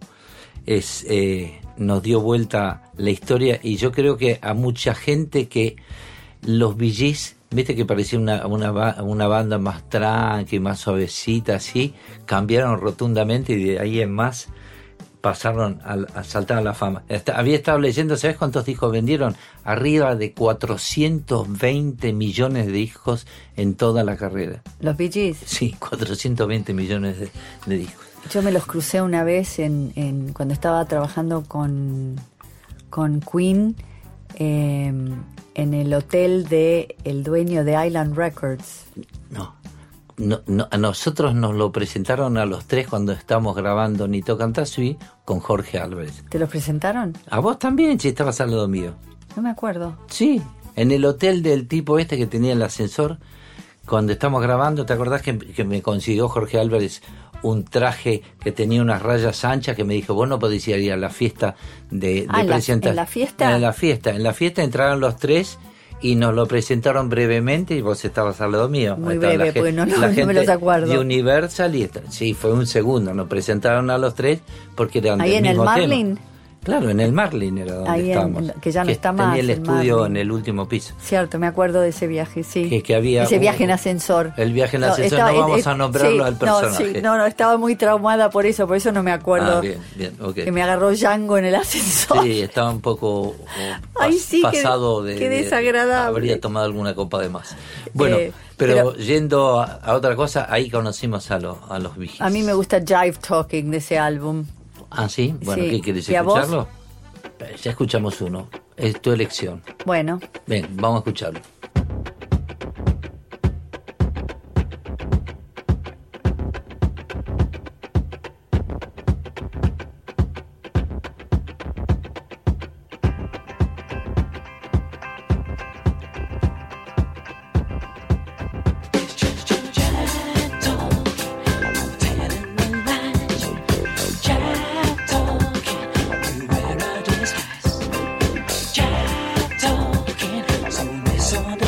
es eh, nos dio vuelta la historia, y yo creo que a mucha gente que los Bee Gees, viste que parecía una, una, una banda más tranqui, más suavecita, así, cambiaron rotundamente y de ahí en más pasaron a, a saltar a la fama. Está, había estado leyendo, ¿sabes cuántos discos vendieron? Arriba de cuatrocientos veinte millones de discos en toda la carrera. ¿Los Bee Gees? Sí, cuatrocientos veinte millones de, de discos. Yo me los crucé una vez en, en cuando estaba trabajando con, con Queen eh, en el hotel de el dueño de Island Records. No, no, no, a nosotros nos lo presentaron a los tres cuando estábamos grabando Nito Cantasui con Jorge Álvarez. ¿Te los presentaron? A vos también, si estabas al lado mío. No me acuerdo. Sí, en el hotel del tipo este que tenía el ascensor, cuando estamos grabando. ¿Te acordás que, que me consiguió Jorge Álvarez un traje que tenía unas rayas anchas, que me dijo, vos no podés ir a la fiesta de, ah, de ¿en la, presentación? ¿En la fiesta? En la fiesta, en la fiesta entraron los tres y nos lo presentaron brevemente, y vos estabas al lado mío. Muy Estaba breve, la porque no, no, la no me los acuerdo. De Universal, y sí, fue un segundo, nos presentaron a los tres porque eran ahí del en mismo el Marlin. tema. Claro, en el Marlin era donde ahí estábamos. En, que ya no que está tenía más. el el estudio Marlin. en el último piso. Cierto, me acuerdo de ese viaje, sí. Que, que había ese un, viaje en ascensor. El viaje en no, ascensor, estaba, no vamos eh, a nombrarlo sí, al personaje. No, sí, no, no, estaba muy traumada por eso, por eso no me acuerdo. Ah, bien, bien, okay. Que me agarró Django en el ascensor. Sí, estaba un poco oh, pas, Ay, sí, pasado qué, de... Qué de, desagradable. Habría tomado alguna copa de más. Bueno, eh, pero, pero yendo a, a otra cosa, ahí conocimos a, lo, a los Bee Gees. A mí me gusta Jive Talking de ese álbum. Ah, ¿sí? Bueno, sí. ¿qué querés ¿Y a escucharlo? vos? Ya escuchamos uno. Es tu elección. Bueno. Ven, vamos a escucharlo. Jive talking, so misunderstood.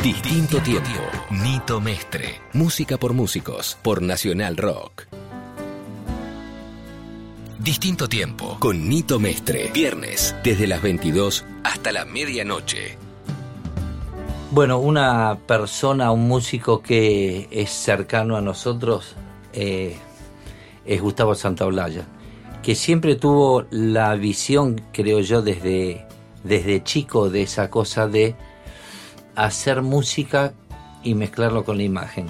Distinto tiempo. Nito Mestre. Música por músicos. Por Nacional Rock. Distinto tiempo. Con Nito Mestre. Viernes. Desde las veintidós hasta la medianoche. Bueno, una persona, un músico que es cercano a nosotros eh, es Gustavo Santaolalla, que siempre tuvo la visión, creo yo, desde, desde chico, de esa cosa de hacer música y mezclarlo con la imagen.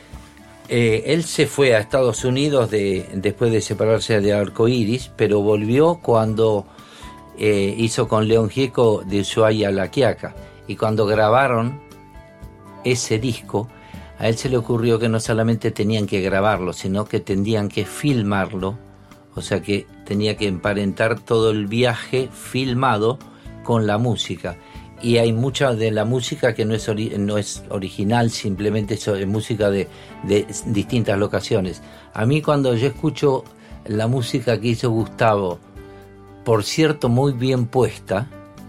Eh, él se fue a Estados Unidos de, después de separarse de Arcoiris, pero volvió cuando eh, hizo con León Gieco de Ushuaia a La Quiaca. Y cuando grabaron ese disco, a él se le ocurrió que no solamente tenían que grabarlo, sino que tenían que filmarlo, o sea que tenía que emparentar todo el viaje filmado con la música. Y hay mucha de la música que no es, ori- no es original, simplemente es música de, de distintas locaciones. A mí cuando yo escucho la música que hizo Gustavo, por cierto muy bien puesta,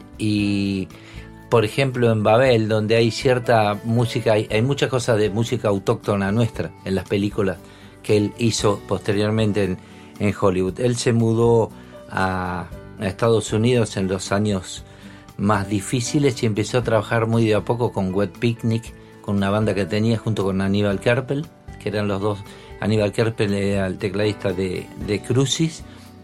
y por ejemplo en Babel, donde hay cierta música, hay, hay muchas cosas de música autóctona nuestra en las películas que él hizo posteriormente en, en Hollywood. Él se mudó a, a Estados Unidos en los años más difíciles y empezó a trabajar muy de a poco con Wet Picnic, con una banda que tenía junto con Aníbal Kerpel, que eran los dos. Aníbal Kerpel era el tecladista de, de Crucis,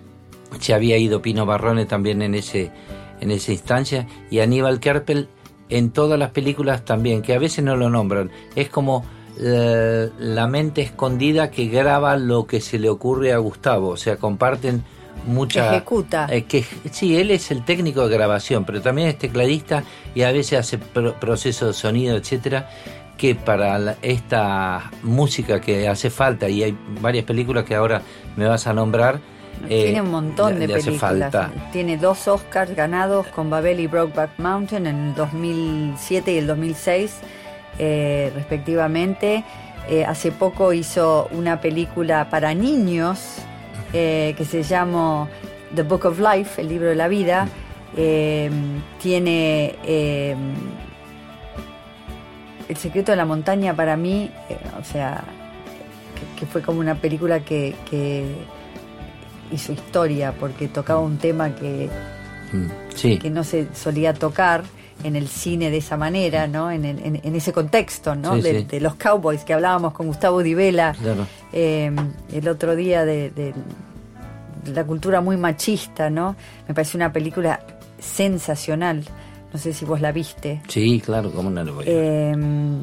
se había ido Pino Barrone también en ese en esa instancia, y Aníbal Kerpel en todas las películas también, que a veces no lo nombran, es como la, la mente escondida que graba lo que se le ocurre a Gustavo, o sea, comparten mucha ejecuta eh, que sí, él es el técnico de grabación, pero también es tecladista y a veces hace pro- procesos de sonido, etcétera, que para la, esta música que hace falta, y hay varias películas que ahora me vas a nombrar, eh, tiene un montón le, de le hace películas. falta. Tiene dos Oscars ganados con Babel y Brokeback Mountain en el dos mil siete y el dos mil seis eh, respectivamente. Eh, hace poco hizo una película para niños Eh, que se llama The Book of Life, el libro de la vida. Eh, tiene eh, El secreto de la montaña, para mí, eh, o sea, que, que fue como una película que, que hizo historia, porque tocaba un tema que, sí. que no se solía tocar en el cine de esa manera, ¿no? En, en, en ese contexto, ¿no? Sí, de, sí. de los cowboys que hablábamos con Gustavo Di Vela Claro. eh, el otro día, de, de, de la cultura muy machista, ¿no? Me parece una película sensacional. No sé si vos la viste. Sí, claro, cómo no lo voy a ver. Eh,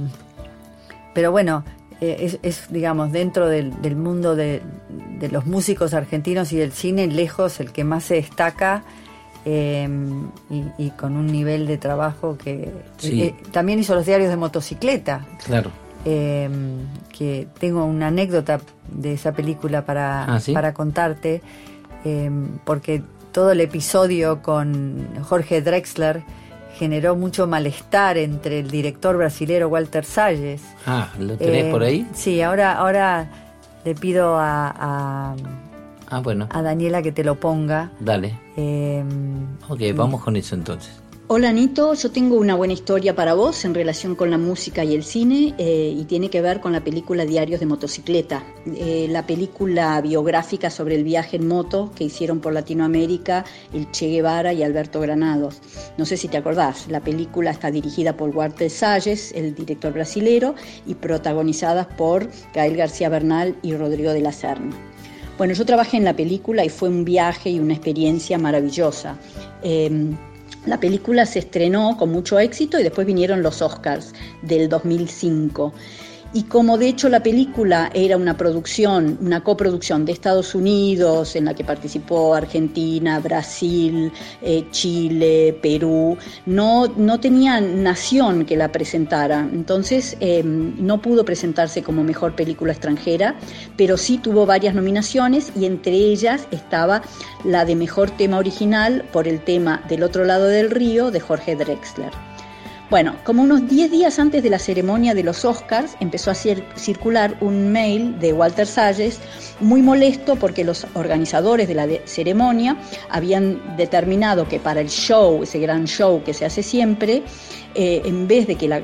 pero bueno, eh, es, es, digamos, dentro del, del mundo de, de los músicos argentinos y del cine, lejos el que más se destaca. Eh, y, y con un nivel de trabajo que Sí. eh, también hizo los diarios de motocicleta, Claro. eh, que tengo una anécdota de esa película para, ¿Ah, sí? para contarte, eh, porque todo el episodio con Jorge Drexler generó mucho malestar entre el director brasilero Walter Salles. Ah, ¿lo tenés Eh, por ahí? Sí, ahora, ahora le pido a, a, Ah, bueno, a Daniela que te lo ponga. dale. Eh, Ok, vamos con eso entonces. Hola Nito, yo tengo una buena historia para vos en relación con la música y el cine eh, y tiene que ver con la película Diarios de Motocicleta, eh, la película biográfica sobre el viaje en moto que hicieron por Latinoamérica el Che Guevara y Alberto Granados. No sé si te acordás, la película está dirigida por Walter Salles, el director brasilero, y protagonizada por Gael García Bernal y Rodrigo de la Serna. Bueno, yo trabajé en la película y fue un viaje y una experiencia maravillosa. Eh, La película se estrenó con mucho éxito y después vinieron los Oscars del dos mil cinco. Y como de hecho la película era una producción, una coproducción de Estados Unidos, en la que participó Argentina, Brasil, eh, Chile, Perú, no, no tenía nación que la presentara. Entonces eh, no pudo presentarse como mejor película extranjera, pero sí tuvo varias nominaciones y entre ellas estaba la de mejor tema original por el tema Del otro lado del río de Jorge Drexler. Bueno, como unos diez días antes de la ceremonia de los Oscars, empezó a cir- circular un mail de Walter Salles muy molesto porque los organizadores de la de- ceremonia habían determinado que para el show, ese gran show que se hace siempre, eh, en vez de que la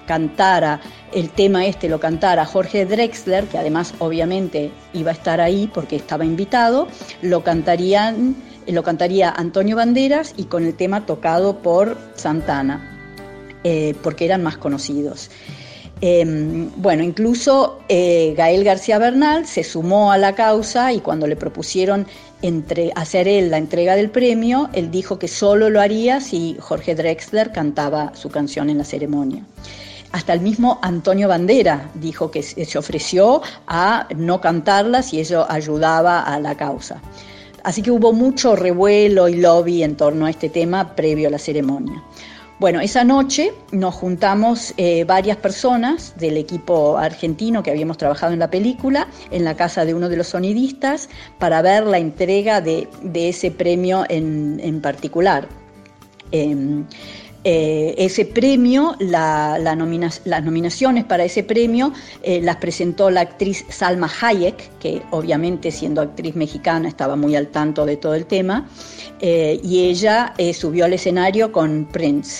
cantara el tema este, lo cantara Jorge Drexler, que además obviamente iba a estar ahí porque estaba invitado, lo cantarían, lo cantaría Antonio Banderas y con el tema tocado por Santana, eh, porque eran más conocidos. Eh, bueno, incluso eh, Gael García Bernal se sumó a la causa y cuando le propusieron entre, hacer él la entrega del premio, él dijo que solo lo haría si Jorge Drexler cantaba su canción en la ceremonia. Hasta el mismo Antonio Bandera dijo que se ofreció a no cantarla si ello ayudaba a la causa. Así que hubo mucho revuelo y lobby en torno a este tema previo a la ceremonia. Bueno, esa noche nos juntamos eh, varias personas del equipo argentino que habíamos trabajado en la película en la casa de uno de los sonidistas para ver la entrega de, de ese premio en, en particular. Eh, eh, ese premio, la, la nomina, las nominaciones para ese premio eh, las presentó la actriz Salma Hayek, que obviamente siendo actriz mexicana estaba muy al tanto de todo el tema, eh, y ella eh, subió al escenario con Prince.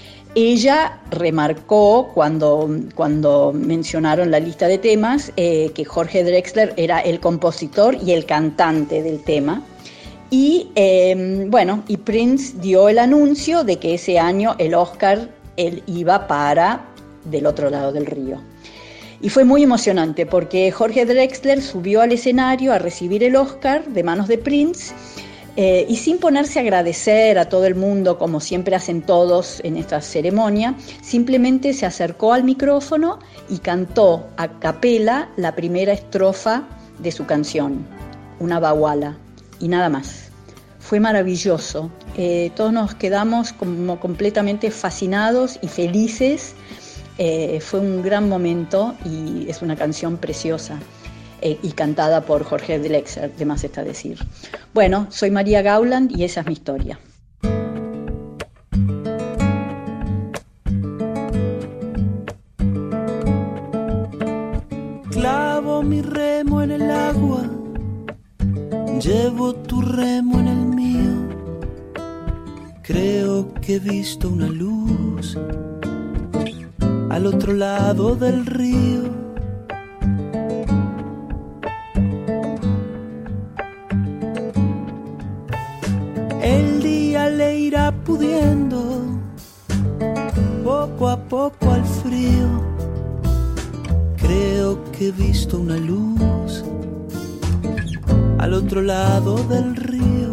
Ella remarcó cuando, cuando mencionaron la lista de temas eh, que Jorge Drexler era el compositor y el cantante del tema. Y eh, bueno, y Prince dio el anuncio de que ese año el Oscar él iba para Del otro lado del río. Y fue muy emocionante porque Jorge Drexler subió al escenario a recibir el Oscar de manos de Prince eh, y sin ponerse a agradecer a todo el mundo como siempre hacen todos en esta ceremonia, simplemente se acercó al micrófono y cantó a capela la primera estrofa de su canción, Una baguala. Y nada más. Fue maravilloso. Eh, todos nos quedamos como completamente fascinados y felices. Eh, fue un gran momento y es una canción preciosa eh, y cantada por Jorge Drexler, de más está decir. Bueno, soy María Gauland y esa es mi historia. Clavo mi remo en el agua, llevo tu remo en el mío. Creo que he visto una luz al otro lado del río. El día le irá pudiendo poco a poco al frío. Creo que he visto una luz al otro lado del río.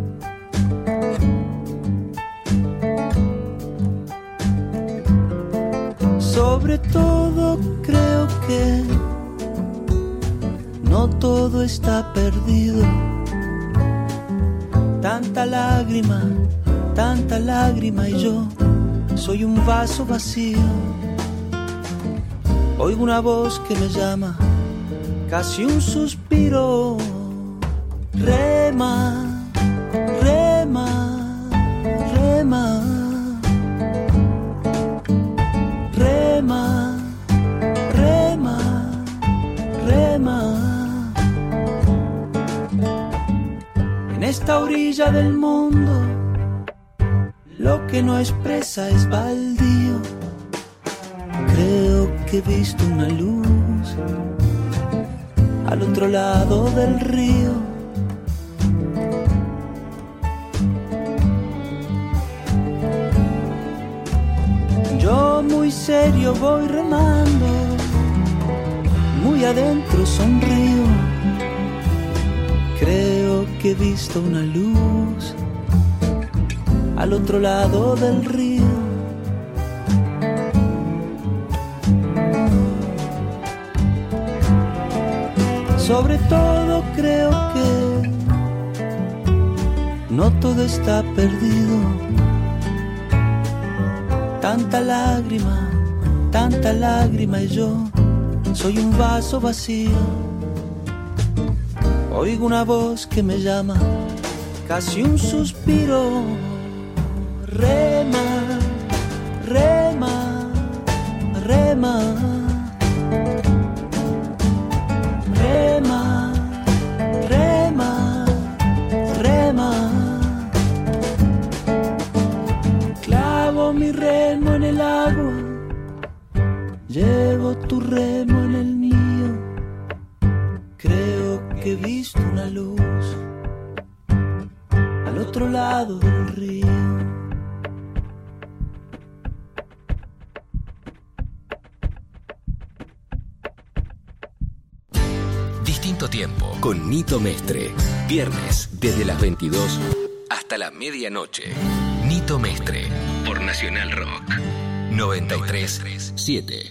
Sobre todo creo que no todo está perdido. Tanta lágrima, tanta lágrima y yo soy un vaso vacío. Oigo una voz que me llama, casi un suspiro. Rema, rema, rema, rema, rema, rema. En esta orilla del mundo, lo que no expresa es baldío. Creo que he visto una luz al otro lado del río. Yo muy serio voy remando, muy adentro sonrío. Creo que he visto una luz al otro lado del río. Sobre todo creo que no todo está perdido. Tanta lágrima, tanta lágrima y yo soy un vaso vacío. Oigo una voz que me llama, casi un suspiro. Rema, rema, rema. Rema, rema, rema. Clavo mi remo en el agua, otro lado del río. Distinto tiempo con Nito Mestre. Viernes desde las veintidós hasta la medianoche. Nito Mestre por Nacional Rock noventa y tres punto siete.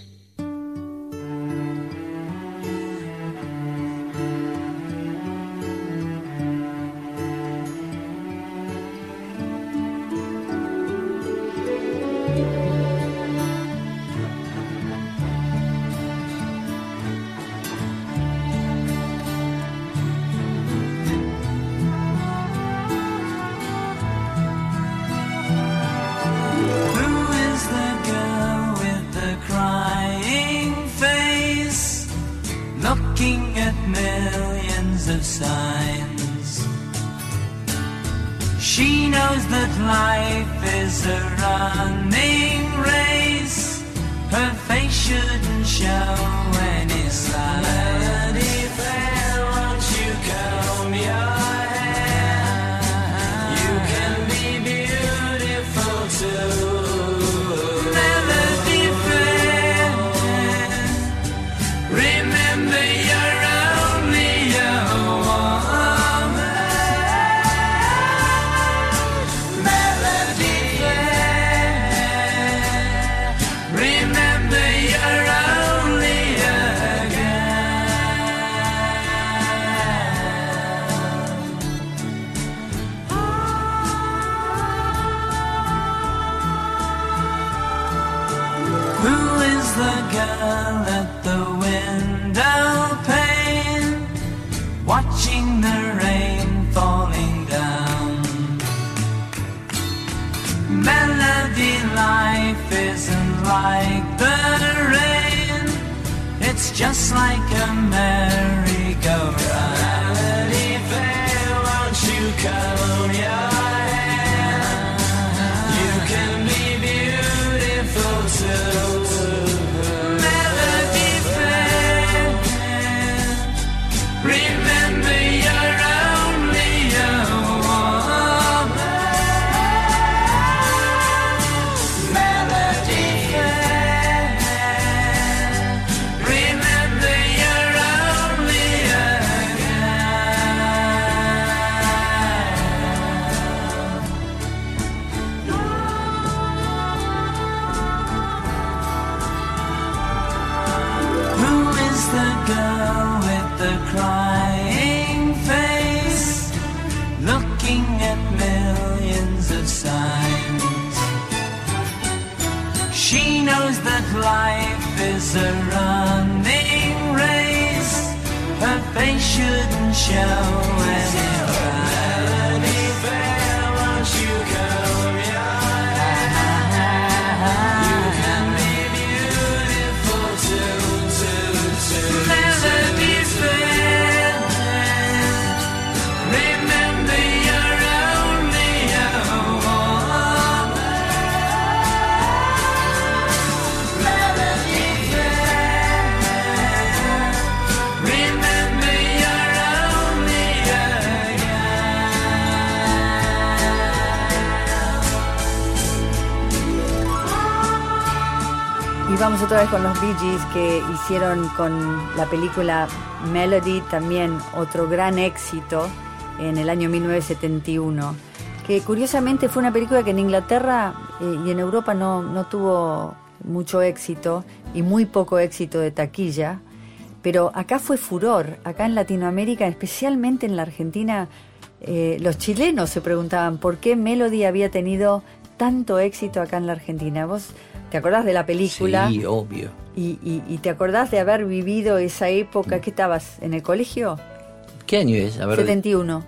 Vamos otra vez con los Bee Gees, que hicieron con la película Melody también otro gran éxito en el año mil novecientos setenta y uno, que curiosamente fue una película que en Inglaterra eh, y en Europa no, no tuvo mucho éxito y muy poco éxito de taquilla, pero acá fue furor. Acá en Latinoamérica, especialmente en la Argentina, eh, los chilenos se preguntaban por qué Melody había tenido tanto éxito acá en la Argentina. ¿Vos te acordás de la película? Sí, obvio. ¿Y, y, y te acordás de haber vivido esa época? ¿Qué estabas? ¿En el colegio? ¿Qué año es? A ver, setenta y uno.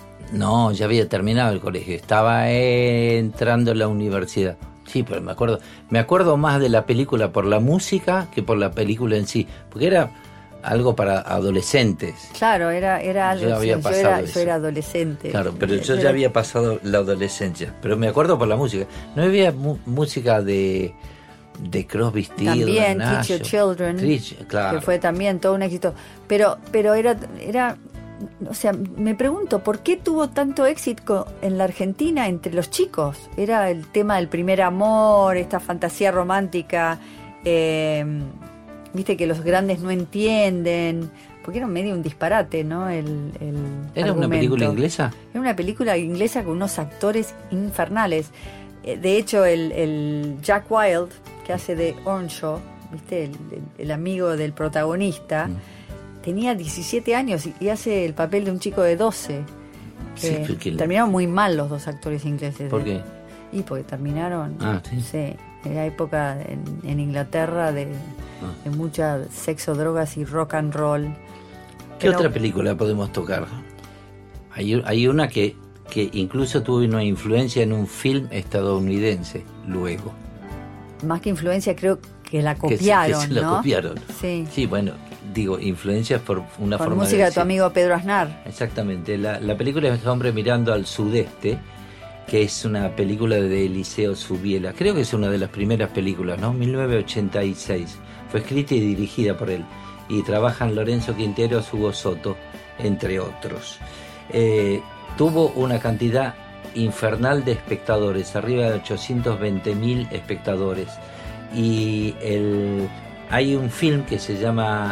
No, ya había terminado el colegio. Estaba eh, entrando a la universidad. Sí, pero me acuerdo, me acuerdo más de la película por la música que por la película en sí, porque era algo para adolescentes. Claro, era, era algo. Yo, había yo, pasado era, eso. yo era adolescente. Claro, pero yo ya había pasado la adolescencia. Pero me acuerdo por la música. No había mu- música de, de Crosby, Stills, también Nash, Teach Your Children, Teach, claro. que fue también todo un éxito. Pero, pero era, era o sea, me pregunto, ¿por qué tuvo tanto éxito en la Argentina entre los chicos? Era el tema del primer amor, esta fantasía romántica, eh, viste que los grandes no entienden, porque era medio un disparate, ¿no? El, el ¿Era argumento. una película inglesa? Era una película inglesa con unos actores infernales. Eh, de hecho, el, el Jack Wilde, que hace de Earnshaw, viste, el, el, el amigo del protagonista, mm. tenía diecisiete años y, y hace el papel de un chico de doce. Sí, eh, porque... Terminaron muy mal los dos actores ingleses. ¿Por qué? Y porque terminaron, ah, ¿sí? sí, era época en, en Inglaterra de, ah. de mucha sexo, drogas y rock and roll. ¿Qué Pero, otra película podemos tocar? Hay, hay una que, que incluso tuvo una influencia en un film estadounidense, luego. Más que influencia, creo que la copiaron, que se, que se ¿no? la copiaron. Sí. Sí, bueno, digo, influencias por una por forma música de de tu amigo Pedro Aznar. Exactamente. La, la película es Hombre mirando al sudeste, que es una película de Eliseo Subiela. Creo que es una de las primeras películas, ¿no? mil novecientos ochenta y seis. Fue escrita y dirigida por él. Y trabajan Lorenzo Quinteros, Hugo Soto, entre otros. Eh, tuvo una cantidad infernal de espectadores, arriba de ochocientos veinte mil espectadores. Y el, hay un film que se llama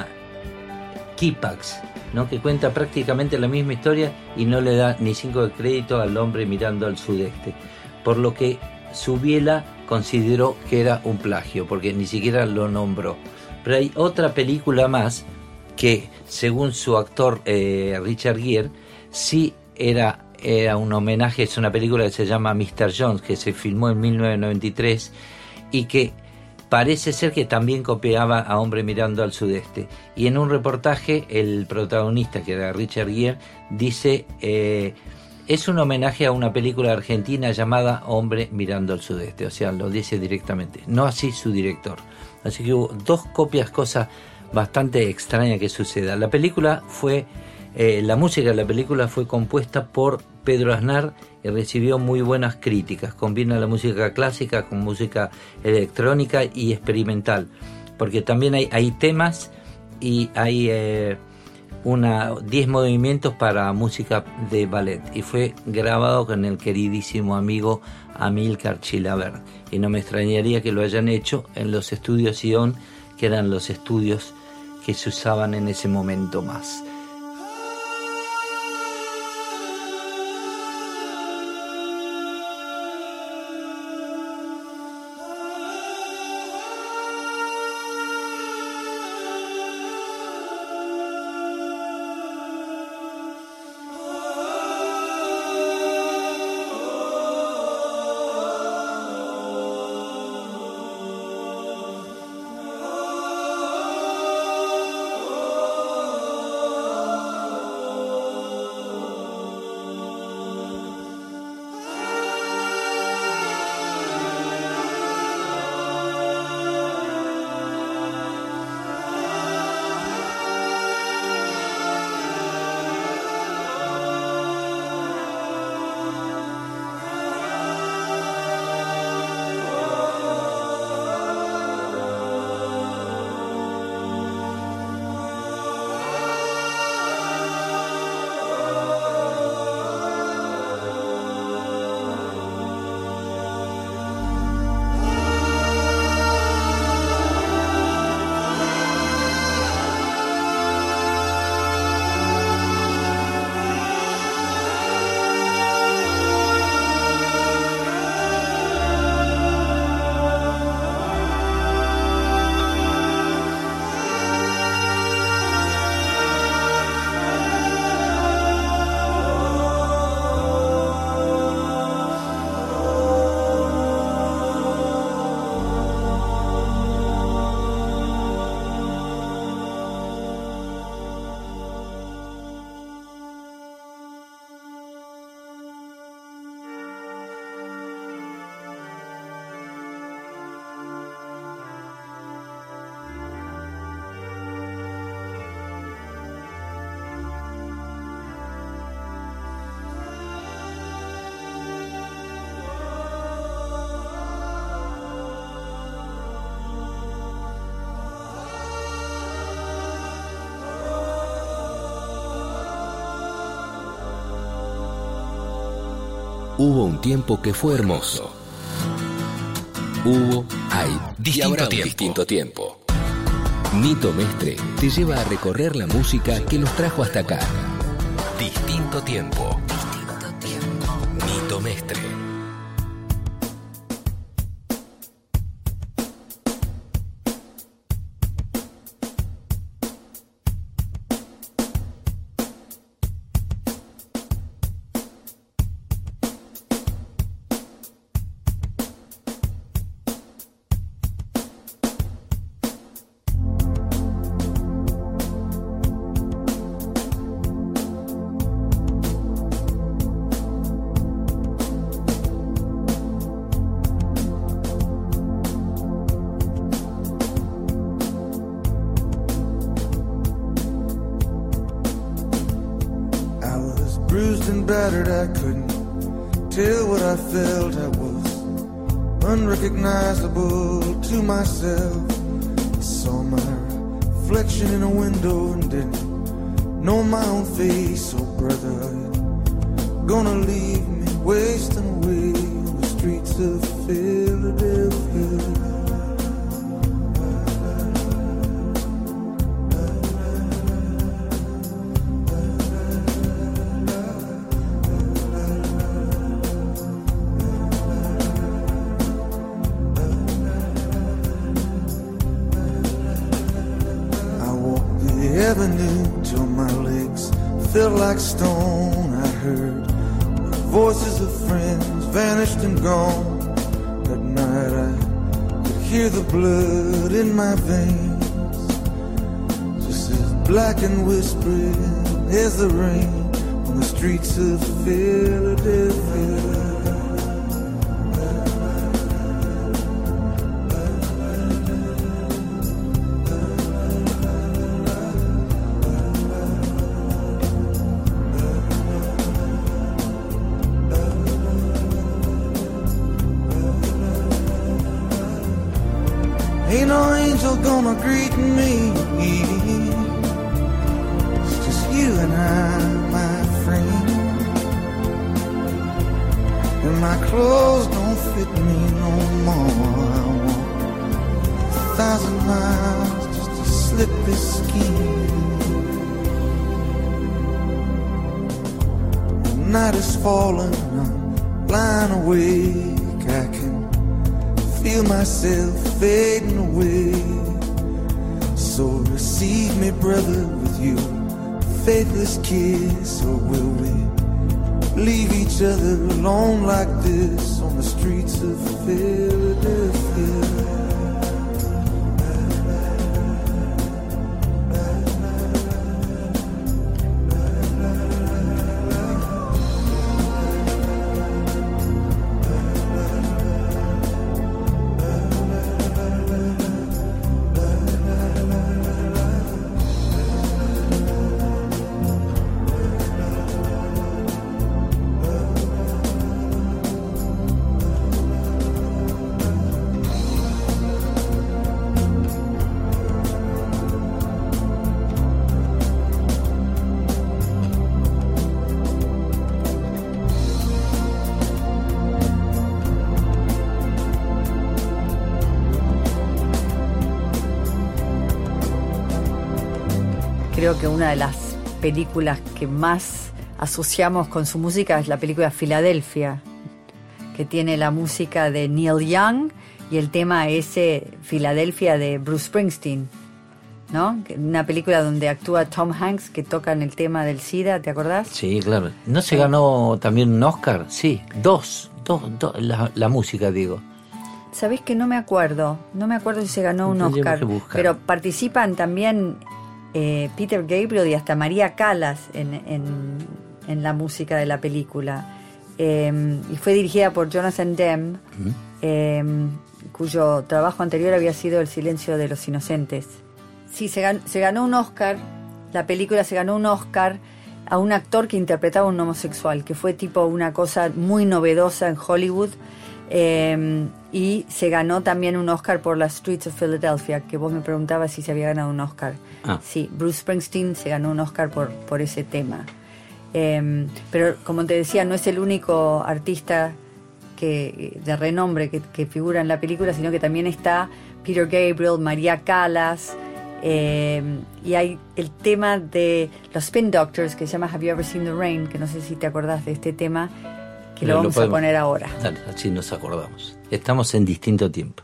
Kipax, ¿no? Que cuenta prácticamente la misma historia y no le da ni cinco de crédito al Hombre mirando al sudeste. Por lo que Subiela consideró que era un plagio, porque ni siquiera lo nombró. Pero hay otra película más que, según su actor eh, Richard Gere, sí era, era un homenaje. Es una película que se llama mister Jones, que se filmó en mil novecientos noventa y tres y que parece ser que también copiaba a Hombre mirando al sudeste. Y en un reportaje el protagonista, que era Richard Gere, dice... Eh, es un homenaje a una película argentina llamada Hombre mirando al sudeste, o sea, lo dice directamente, no así su director. Así que hubo dos copias, cosa bastante extraña que suceda. La película fue, eh, la música de la película fue compuesta por Pedro Aznar y recibió muy buenas críticas. Combina la música clásica con música electrónica y experimental, porque también hay, hay temas y hay... Eh, una diez movimientos para música de ballet, y fue grabado con el queridísimo amigo Amílcar Chilavert, y no me extrañaría que lo hayan hecho en los estudios Ion, que eran los estudios que se usaban en ese momento más. Oh Hubo un tiempo que fue hermoso. Hubo, hay y habrá un distinto tiempo. Nito Mestre te lleva a recorrer la música que nos trajo hasta acá. Distinto tiempo. Distinto tiempo. Nito Mestre. bruised and battered, I couldn't tell what I felt. I was unrecognizable to myself. I saw my reflection in a window and didn't know my own face. Oh brother, you're gonna leave me wasting away on the streets of Philadelphia. Till my legs felt like stone. I heard the voices of friends vanished and gone. That night I could hear the blood in my veins, just as black and whispering as the rain on the streets of Philadelphia. Ain't no angel gonna greet me. It's just you and I, my friend. And my clothes don't fit me no more. I walk a thousand miles just to slip this skin. The night is falling, I'm lying awake. I can feel myself fading away. So receive me, brother, with you faithless kiss. Or will we leave each other alone like this on the streets of Philadelphia? Creo que una de las películas que más asociamos con su música es la película Filadelfia, que tiene la música de Neil Young y el tema ese Filadelfia de Bruce Springsteen, ¿no? Una película donde actúa Tom Hanks, que tocan el tema del SIDA, ¿te acordás? Sí, claro. ¿No se ganó también un Oscar? Sí, dos, dos, dos la, la música, digo. Sabés que no me acuerdo, no me acuerdo si se ganó un Oscar, pero participan también eh, Peter Gabriel y hasta María Callas en, en, en la música de la película. Eh, y fue dirigida por Jonathan Demme, uh-huh. eh, cuyo trabajo anterior había sido El silencio de los inocentes. Sí, se, gan- se ganó un Oscar, la película se ganó un Oscar a un actor que interpretaba a un homosexual, que fue tipo una cosa muy novedosa en Hollywood. Eh, y se ganó también un Oscar por las Streets of Philadelphia, que vos me preguntabas si se había ganado un Oscar. Ah. Sí, Bruce Springsteen se ganó un Oscar por, por ese tema. Eh, pero como te decía, no es el único artista que, de renombre que, que figura en la película, sino que también está Peter Gabriel, María Callas, eh, y hay el tema de los Spin Doctors que se llama Have You Ever Seen the Rain, que no sé si te acordás de este tema, que lo, lo vamos podemos, a poner ahora. Dale, así nos acordamos. Estamos en distinto tiempo.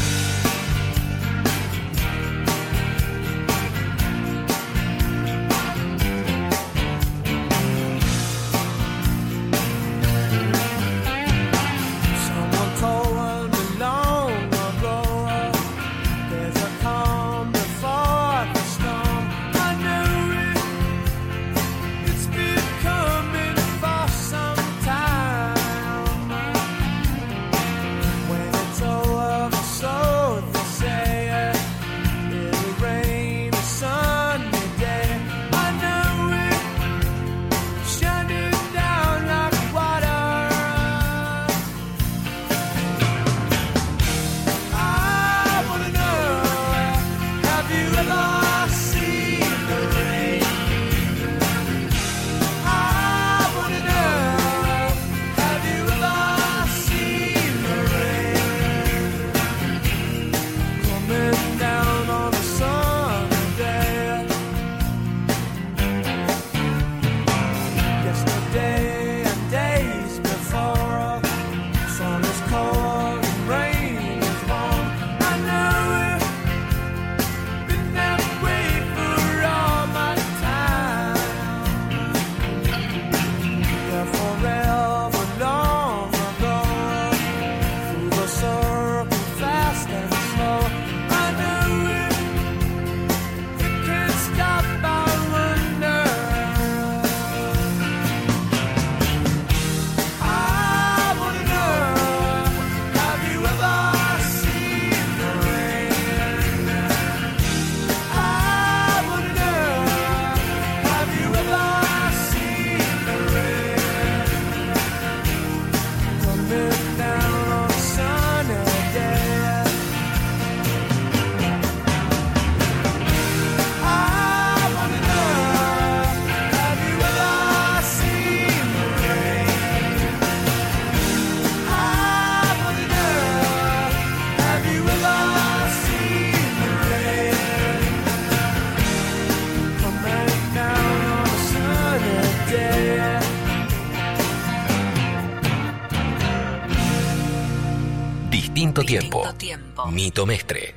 Distinto tiempo. Nito Mestre.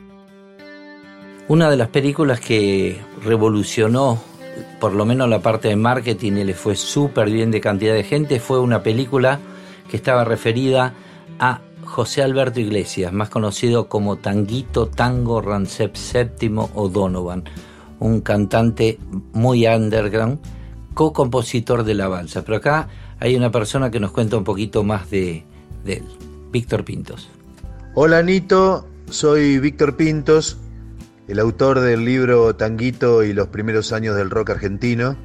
Una de las películas que revolucionó por lo menos la parte de marketing y le fue súper bien de cantidad de gente fue una película que estaba referida a José Alberto Iglesias, más conocido como Tanguito Tango Ramsés séptimo O'Donovan, un cantante muy underground, co-compositor de la balsa. Pero acá hay una persona que nos cuenta un poquito más de, de él, Víctor Pintos. Hola Nito, soy Víctor Pintos, el autor del libro Tanguito y los primeros años del rock argentino.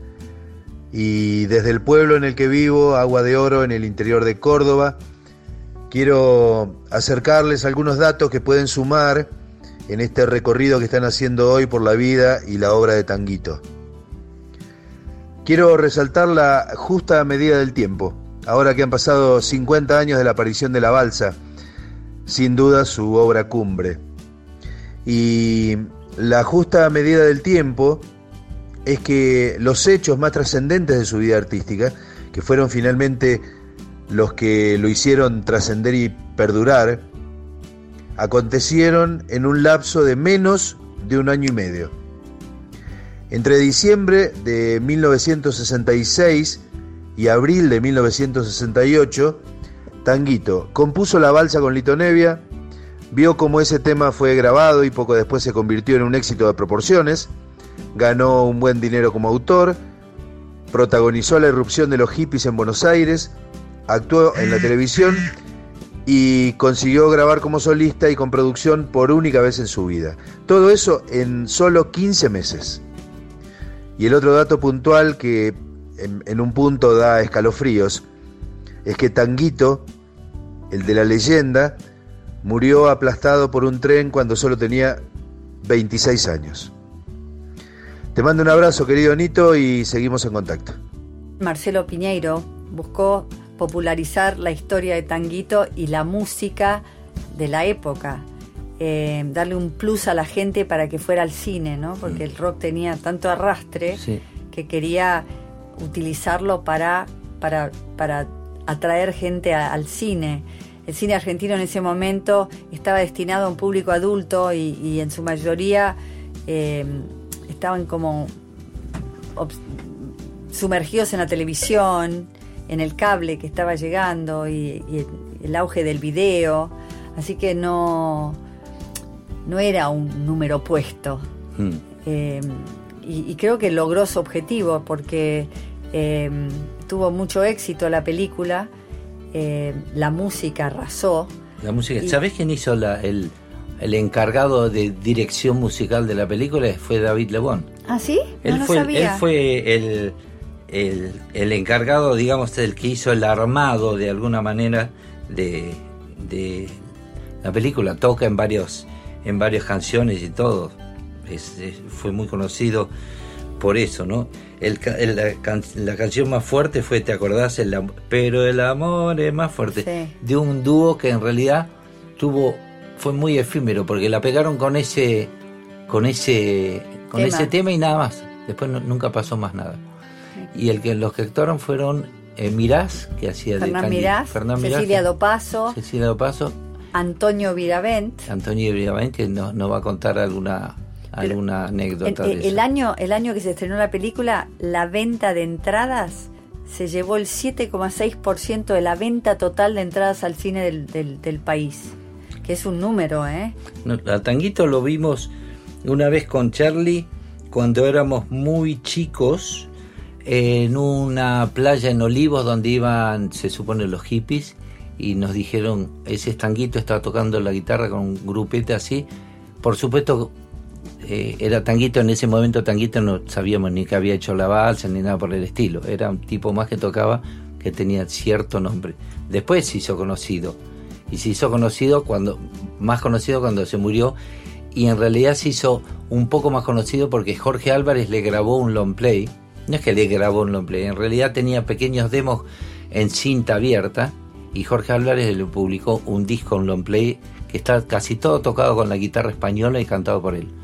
Y desde el pueblo en el que vivo, Agua de Oro, en el interior de Córdoba, quiero acercarles algunos datos que pueden sumar en este recorrido que están haciendo hoy por la vida y la obra de Tanguito. Quiero resaltar la justa medida del tiempo, ahora que han pasado cincuenta años de la aparición de la balsa, sin duda su obra cumbre. Y la justa medida del tiempo es que los hechos más trascendentes de su vida artística, que fueron finalmente los que lo hicieron trascender y perdurar, acontecieron en un lapso de menos de un año y medio. Entre diciembre de mil novecientos sesenta y seis y abril de mil novecientos sesenta y ocho, Tanguito compuso la balsa con Lito Nevia, vio cómo ese tema fue grabado y poco después se convirtió en un éxito de proporciones, ganó un buen dinero como autor, protagonizó la irrupción de los hippies en Buenos Aires, actuó en la televisión y consiguió grabar como solista y con producción por única vez en su vida. Todo eso en solo quince meses. Y el otro dato puntual que en, en un punto da escalofríos es que Tanguito, el de la leyenda, murió aplastado por un tren cuando solo tenía veintiséis años. Te mando un abrazo, querido Nito, y seguimos en contacto. Marcelo Piñeiro buscó popularizar la historia de Tanguito y la música de la época, eh, darle un plus a la gente para que fuera al cine, ¿no? Porque el rock tenía tanto arrastre, sí, que quería utilizarlo para, para, para atraer gente a, al cine. El cine argentino en ese momento estaba destinado a un público adulto y, y en su mayoría eh, estaban como obs- sumergidos en la televisión, en el cable que estaba llegando y, y el, el auge del video, así que no, no era un número puesto. Mm. Eh, y, y creo que logró su objetivo porque eh, tuvo mucho éxito la película, eh, la música arrasó. La música, y, ¿sabés quién hizo la, el, el encargado de dirección musical de la película? Fue David Lebón. ¿Ah, sí? No él lo fue, sabía. Él fue el, el, el encargado, digamos, el que hizo el armado de alguna manera de, de la película. Toca en varios en varias canciones y todo. Es, es, fue muy conocido por eso, ¿no? El, el, la, can, la canción más fuerte fue, ¿te acordás? El, pero el amor es más fuerte. Sí. De un dúo que en realidad tuvo fue muy efímero porque la pegaron con ese con ese con tema. ese tema y nada más. Después no, nunca pasó más nada. Y el que los que actuaron fueron eh, Mirás, que hacía Fernán de Mirás, Fernán Cecilia Mirás, Dopaso, Cecilia Dopaso, Antonio Viravent. Antonio Viravent, que nos, nos va a contar alguna Pero alguna anécdota el, de eso. El año, el año que se estrenó la película, la venta de entradas se llevó el siete coma seis por ciento de la venta total de entradas al cine del, del, del país, que es un número, ¿eh? No, a Tanguito lo vimos una vez con Charlie cuando éramos muy chicos en una playa en Olivos donde iban, se supone, los hippies, y nos dijeron, ese Tanguito estaba tocando la guitarra con un grupete así. Por supuesto, eh, era Tanguito, en ese momento Tanguito no sabíamos ni que había hecho la balsa ni nada por el estilo, era un tipo más que tocaba, que tenía cierto nombre. Después se hizo conocido, y se hizo conocido cuando, más conocido cuando se murió, y en realidad se hizo un poco más conocido porque Jorge Álvarez le grabó un long play. No es que le grabó un long play, en realidad tenía pequeños demos en cinta abierta, y Jorge Álvarez le publicó un disco, un long play, que está casi todo tocado con la guitarra española y cantado por él,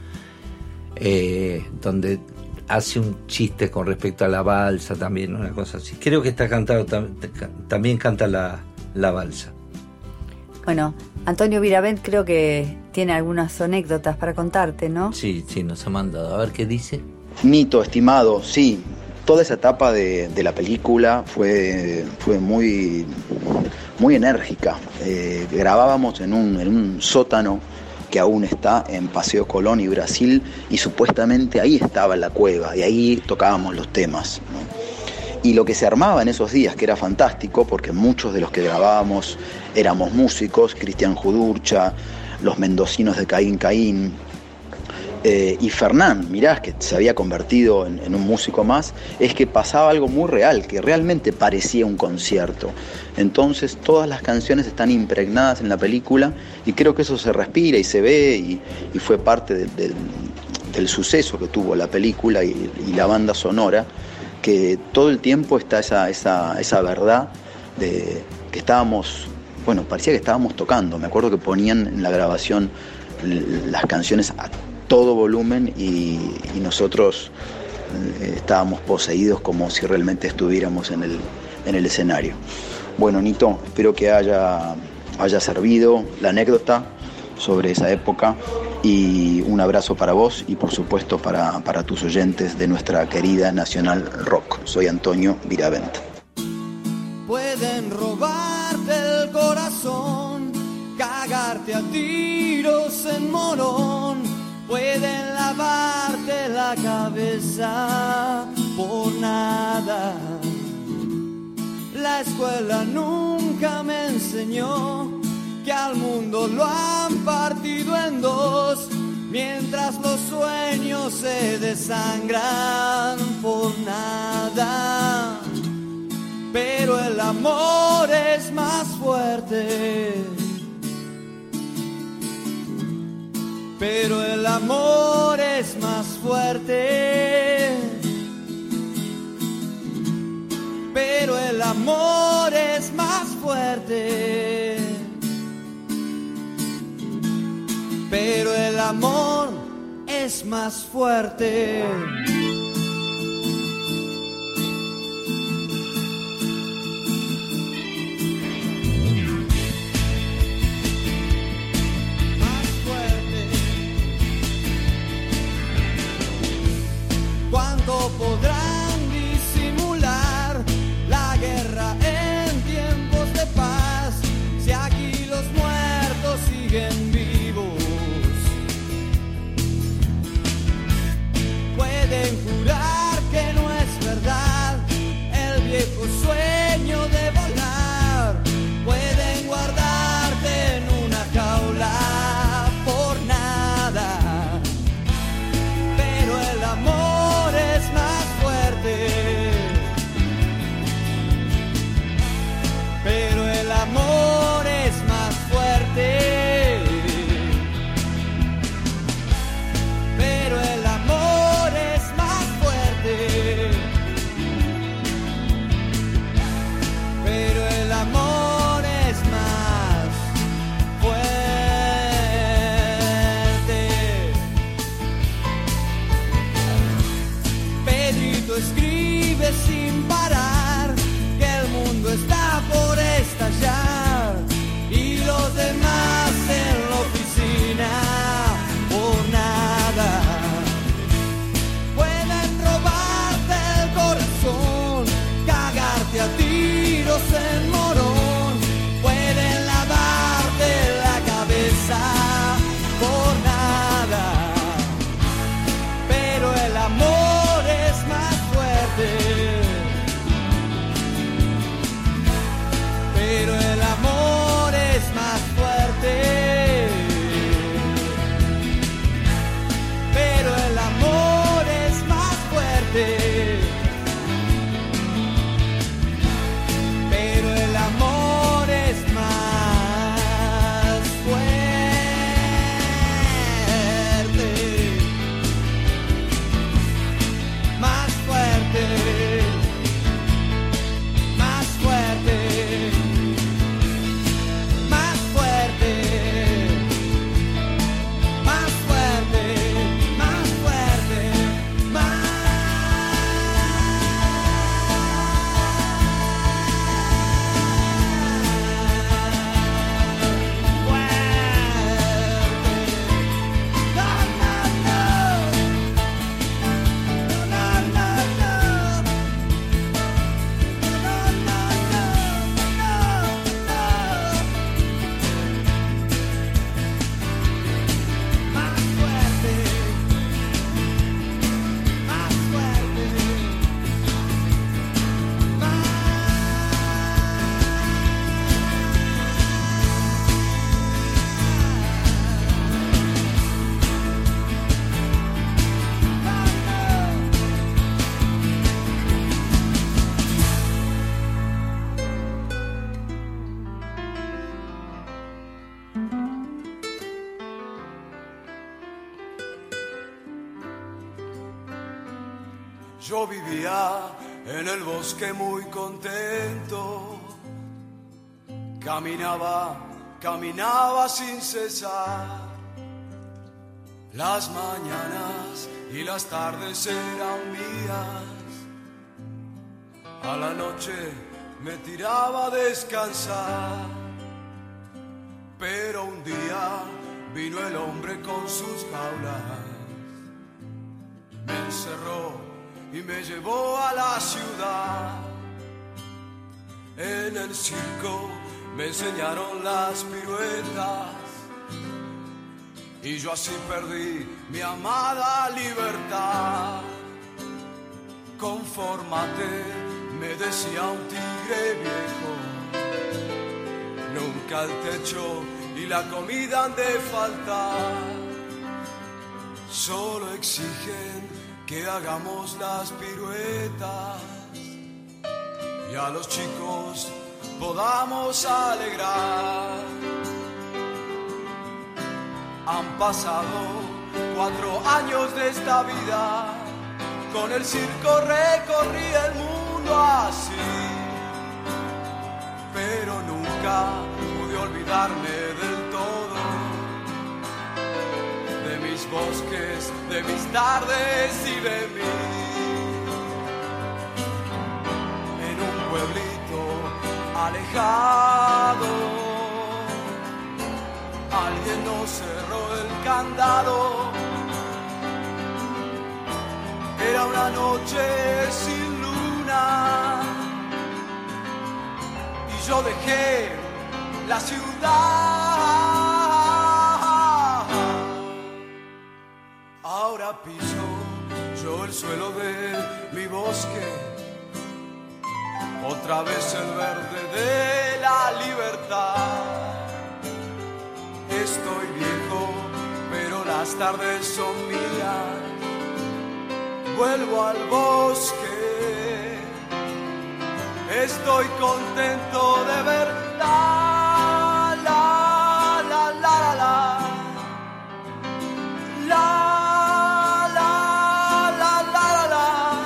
eh, donde hace un chiste con respecto a la balsa también, una cosa así. Creo que está cantado, tam, también canta la, la balsa. Bueno, Antonio Viravent creo que tiene algunas anécdotas para contarte, ¿no? Sí, sí, nos ha mandado. A ver qué dice. Nito, estimado, sí, toda esa etapa de, de la película fue, fue muy, muy enérgica. Eh, grabábamos en un, en un sótano que aún está en Paseo Colón y Brasil, y supuestamente ahí estaba la cueva, y ahí tocábamos los temas, ¿no? Y lo que se armaba en esos días, que era fantástico, porque muchos de los que grabábamos éramos músicos, Cristian Judurcha, los mendocinos de Caín Caín, Eh, y Fernán Mirás, que se había convertido en, en un músico más, es que pasaba algo muy real, que realmente parecía un concierto. Entonces todas las canciones están impregnadas en la película, y creo que eso se respira y se ve, y, y fue parte de, de, del suceso que tuvo la película y, y la banda sonora, que todo el tiempo está esa, esa, esa verdad de que estábamos, bueno, parecía que estábamos tocando. Me acuerdo que ponían en la grabación las canciones a todo volumen, y, y nosotros eh, estábamos poseídos como si realmente estuviéramos en el, en el escenario. Bueno, Nito, espero que haya, haya servido la anécdota sobre esa época, y un abrazo para vos y por supuesto para, para tus oyentes de nuestra querida Nacional Rock. Soy Antonio Viravent. Pueden robarte el corazón, cagarte a tiros en Morón, pueden lavarte la cabeza por nada. La escuela nunca me enseñó que al mundo lo han partido en dos, mientras los sueños se desangran por nada. Pero el amor es más fuerte. Pero el amor es más fuerte. amor es más fuerte. Pero el amor es más fuerte. Más fuerte. ¿Cuánto podrán disimular la guerra en tiempos de paz? Si aquí los muertos siguen vivos. Pueden jurar que no es verdad el viejo sueño de volar. Pueden guardarte en una jaula por nada. Pero el amor es más fuerte. Pero el amor es más fuerte. Sin parar, que el mundo está por estallar y los demás en la oficina por nada. Pueden robarte el corazón, cagarte a tiros en Morón, pueden lavarte la cabeza por nada, pero el amor es más fuerte. Pero el amor es más fuerte. Pero el amor es más fuerte. Pero el amor es más fuerte. Más fuerte. Más fuerte. Yo vivía en el bosque muy contento, caminaba, caminaba sin cesar. Las mañanas y las tardes eran mías, a la noche me tiraba a descansar. Pero un día vino el hombre con sus jaulas, me encerró y me llevó a la ciudad. En el circo me enseñaron las piruetas y yo así perdí mi amada libertad. Confórmate, me decía un tigre viejo, nunca el techo y la comida han de faltar. Solo exigen que hagamos las piruetas y a los chicos podamos alegrar. Han pasado cuatro años de esta vida, con el circo recorrí el mundo así, olvidarme del todo, de mis bosques, de mis tardes y de mí. En un pueblito alejado, alguien nos cerró el candado. Era una noche sin luna y yo dejé la ciudad. Ahora piso yo el suelo de mi bosque, otra vez el verde de la libertad. Estoy viejo, pero las tardes son mías. Vuelvo al bosque, estoy contento de ver la, la, la, la, la, la, la, la, la, la.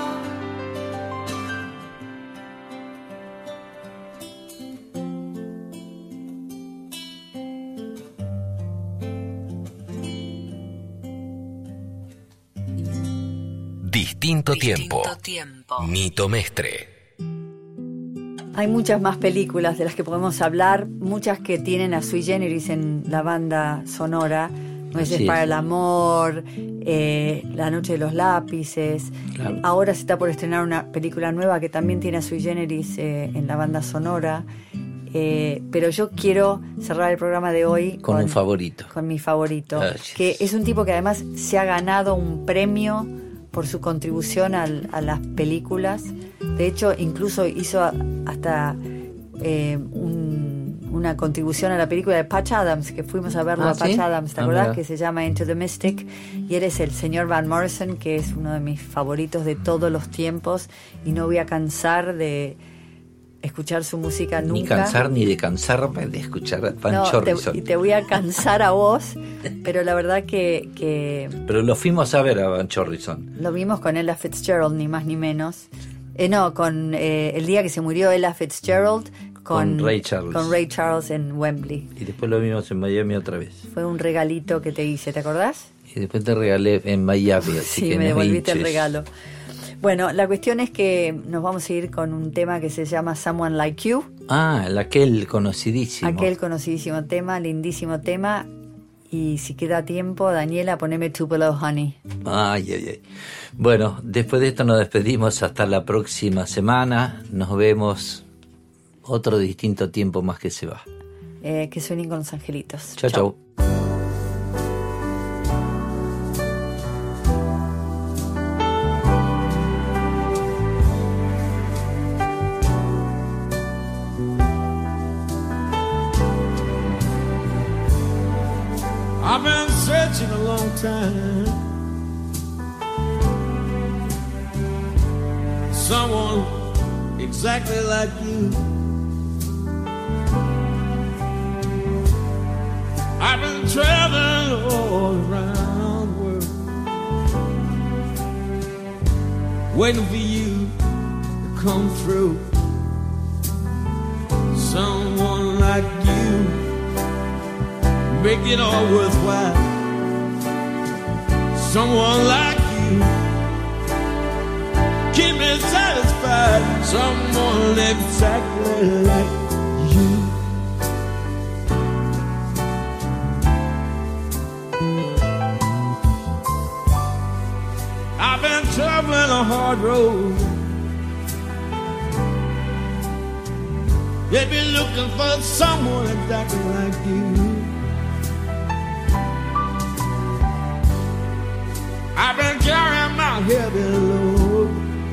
Distinto, Distinto tiempo. tiempo. Nito Mestre. Hay muchas más películas de las que podemos hablar, muchas que tienen a Sui Generis en la banda sonora. Nueces para el amor, eh, La noche de los lápices. Claro. Ahora se está por estrenar una película nueva que también tiene a Sui Generis eh, en la banda sonora. Eh, pero yo quiero cerrar el programa de hoy con, con un favorito. Con mi favorito, Ay, que es un tipo que además se ha ganado un premio por su contribución al, a las películas. De hecho, incluso hizo hasta eh, un, una contribución a la película de Patch Adams, que fuimos a verlo ah, a Patch ¿sí? Adams, ¿te ah, acordás? Mira. Que se llama Into the Mystic, y él es el señor Van Morrison, que es uno de mis favoritos de todos los tiempos, y no voy a cansar de escuchar su música nunca. Ni cansar ni de cansarme de escuchar a Van no, Morrison. Te, y te voy a cansar a vos, pero la verdad que, que... Pero lo fuimos a ver a Van Morrison. Lo vimos con Ella Fitzgerald, ni más ni menos. Eh, no, con eh, el día que se murió Ella Fitzgerald, con, con Ray Charles. Con Ray Charles en Wembley. Y después lo vimos en Miami otra vez. Fue un regalito que te hice, ¿te acordás? Y después te regalé en Miami, así sí, que me no devolviste hinches. el regalo. Bueno, la cuestión es que nos vamos a ir con un tema que se llama Someone Like You. Ah, el aquel conocidísimo. Aquel conocidísimo tema, lindísimo tema. Y si queda tiempo, Daniela, poneme Tupelo Honey. Ay, ay, ay. Bueno, después de esto nos despedimos hasta la próxima semana. Nos vemos otro distinto tiempo más que se va. Eh, que suenen con los angelitos. Chau, chau. I've been searching a long time, someone exactly like you. I've been traveling all around the world, waiting for you to come through. Someone like you make it all worthwhile. Someone like you keep me satisfied. Someone exactly like you. I've been traveling a hard road, they've been looking for someone exactly like you. I've been carrying my heavy load,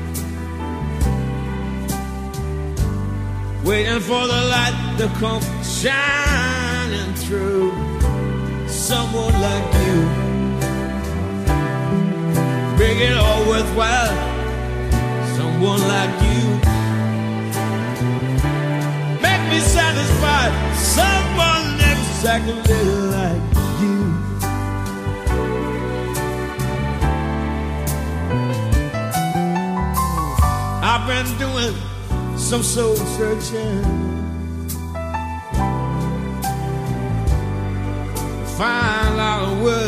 waiting for the light to come shining through. Someone like you make it all worthwhile. Someone like you make me satisfied. Someone exactly like you. I've been doing some soul searching,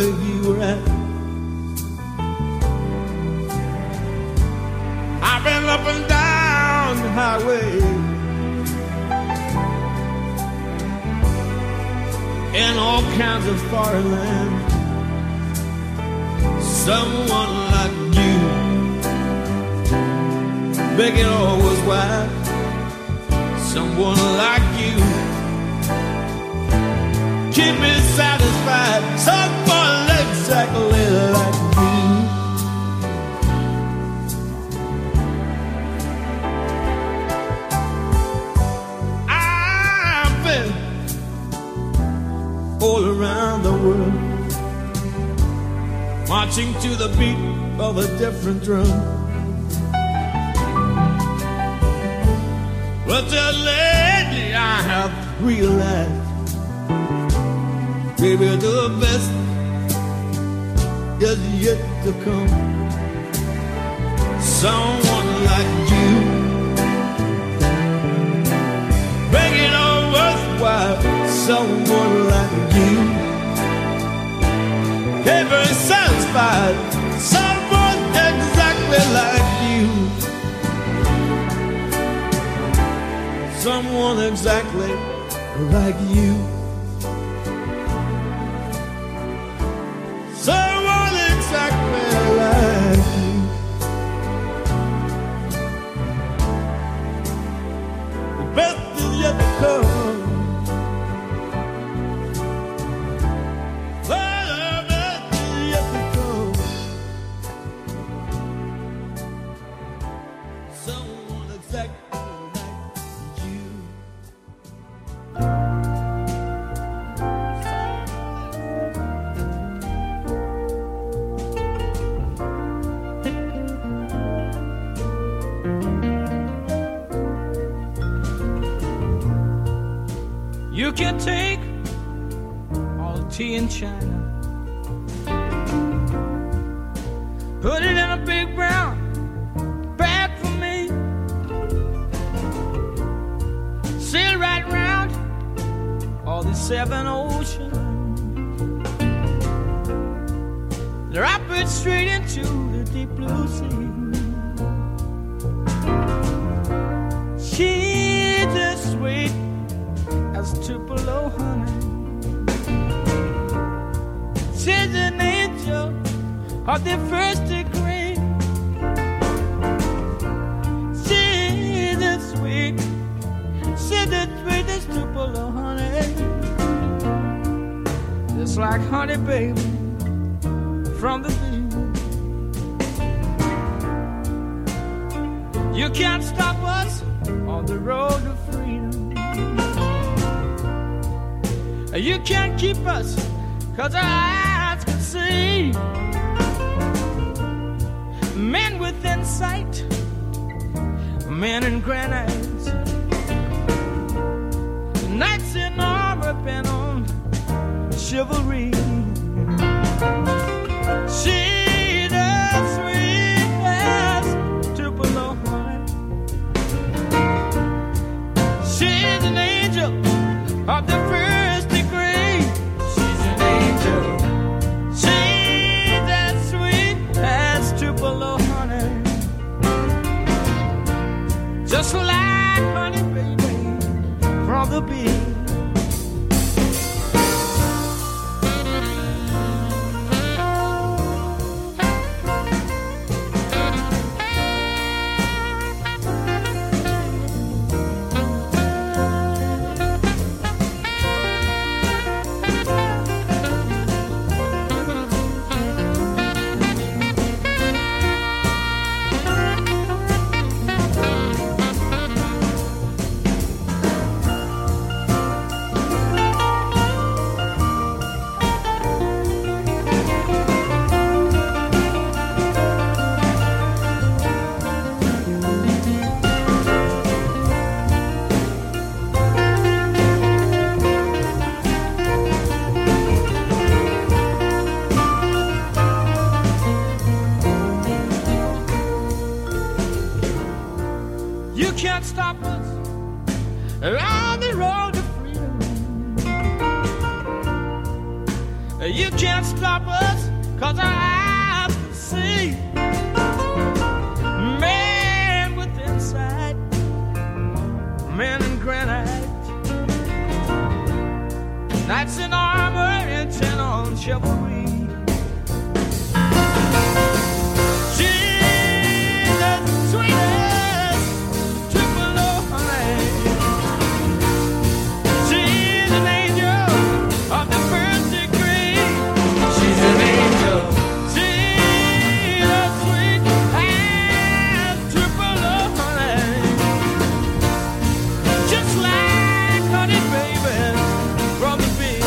where you were at. I've been up and down the highway, in all kinds of foreign lands. Someone like you, begging all was wide. Someone like you, keep me satisfied. Someone exactly like you. I've been all around the world, marching to the beat of a different drum. But just lately I have realized, baby, the best is yet to come. Someone like you, make it all worthwhile. Someone like you, ever satisfied. Someone exactly like you. Someone exactly like you. Someone exactly like you. The best is yet to come. The best is yet to come. Someone exactly. You can take all the tea in China, put it in a big brown bag for me, sail right round all the seven oceans, drop it straight into the deep blue sea. She's as sweet as Tupelo honey. She's an angel of the first degree. She's the sweet, she's the sweetest Tupelo honey. Just like honey, baby, from the bee. You can't stop us on the road to freedom. You can't keep us, 'cause our eyes can see. Men within sight, men in granite, knights in armor bent on chivalry. She's the sweetest Tupelo honey. She's an angel of the first degree. She's an angel. She's as sweet as Tupelo honey. Just like honey, baby, from the bee. You can't stop us, cause our eyes can see. Man with insight, man in granite, knights in armor intent on chivalry. She's the sweetest Tupelo honey. She's an angel of the first degree. She's an angel. She's a sweet as Tupelo honey. Just like honey, baby, from the bee.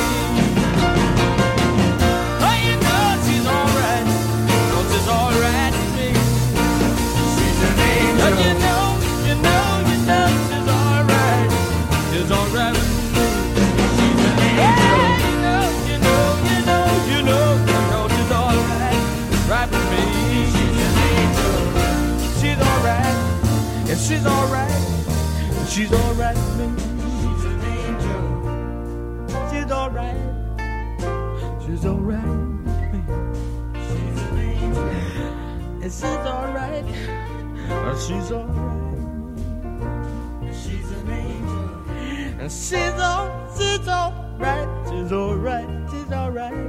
Oh, you know she's alright. Oh, she's alright to me. She's an angel. Oh, you know, you know, you know she's alright. She's alright with me. She's an angel. You know, you know, you know, you know, you know she's alright, right with me. She's an angel. She's alright, and she's alright, and she's alright with me. She's an angel. She's alright. She's alright with me. She's an angel. And she's alright. And she's alright. She's an angel. And she's all, she's alright. She's alright. She's alright.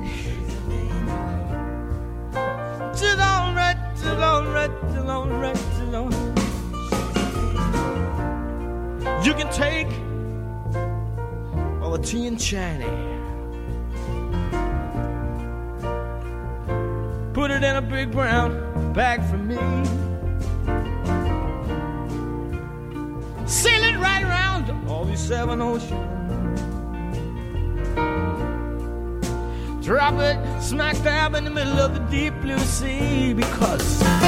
She's alright. She's alright. She's alright. She's alright. You can take all the tea and China, put it in a big brown bag for me, sail it right around to all these seven oceans, drop it smack dab in the middle of the deep blue sea, because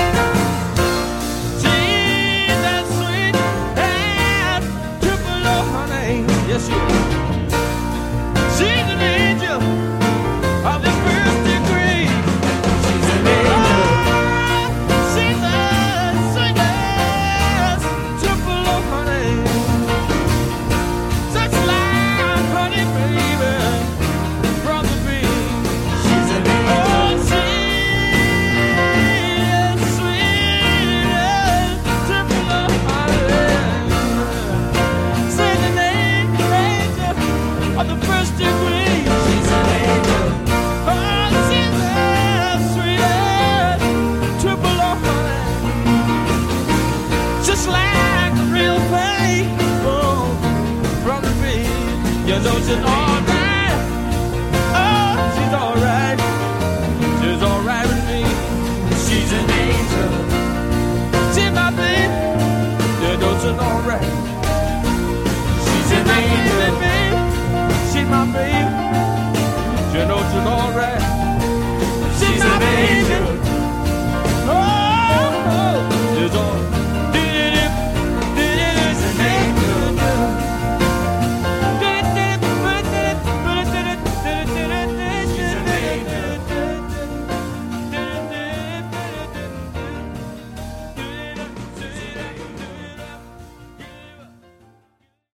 she's that sweet as Tupelo honey. Yes, she is. She's an angel of the first degree. She's an angel. She's a sweet as Tupelo honey. Just like honey, baby, from the bee. She's an angel. Oh, she's sweet as Tupelo honey. She's an angel of the first degree. She's an angel. Oh, she's as sweet as Tupelo honey. Just like a real thing, oh, from the bee. You know she's all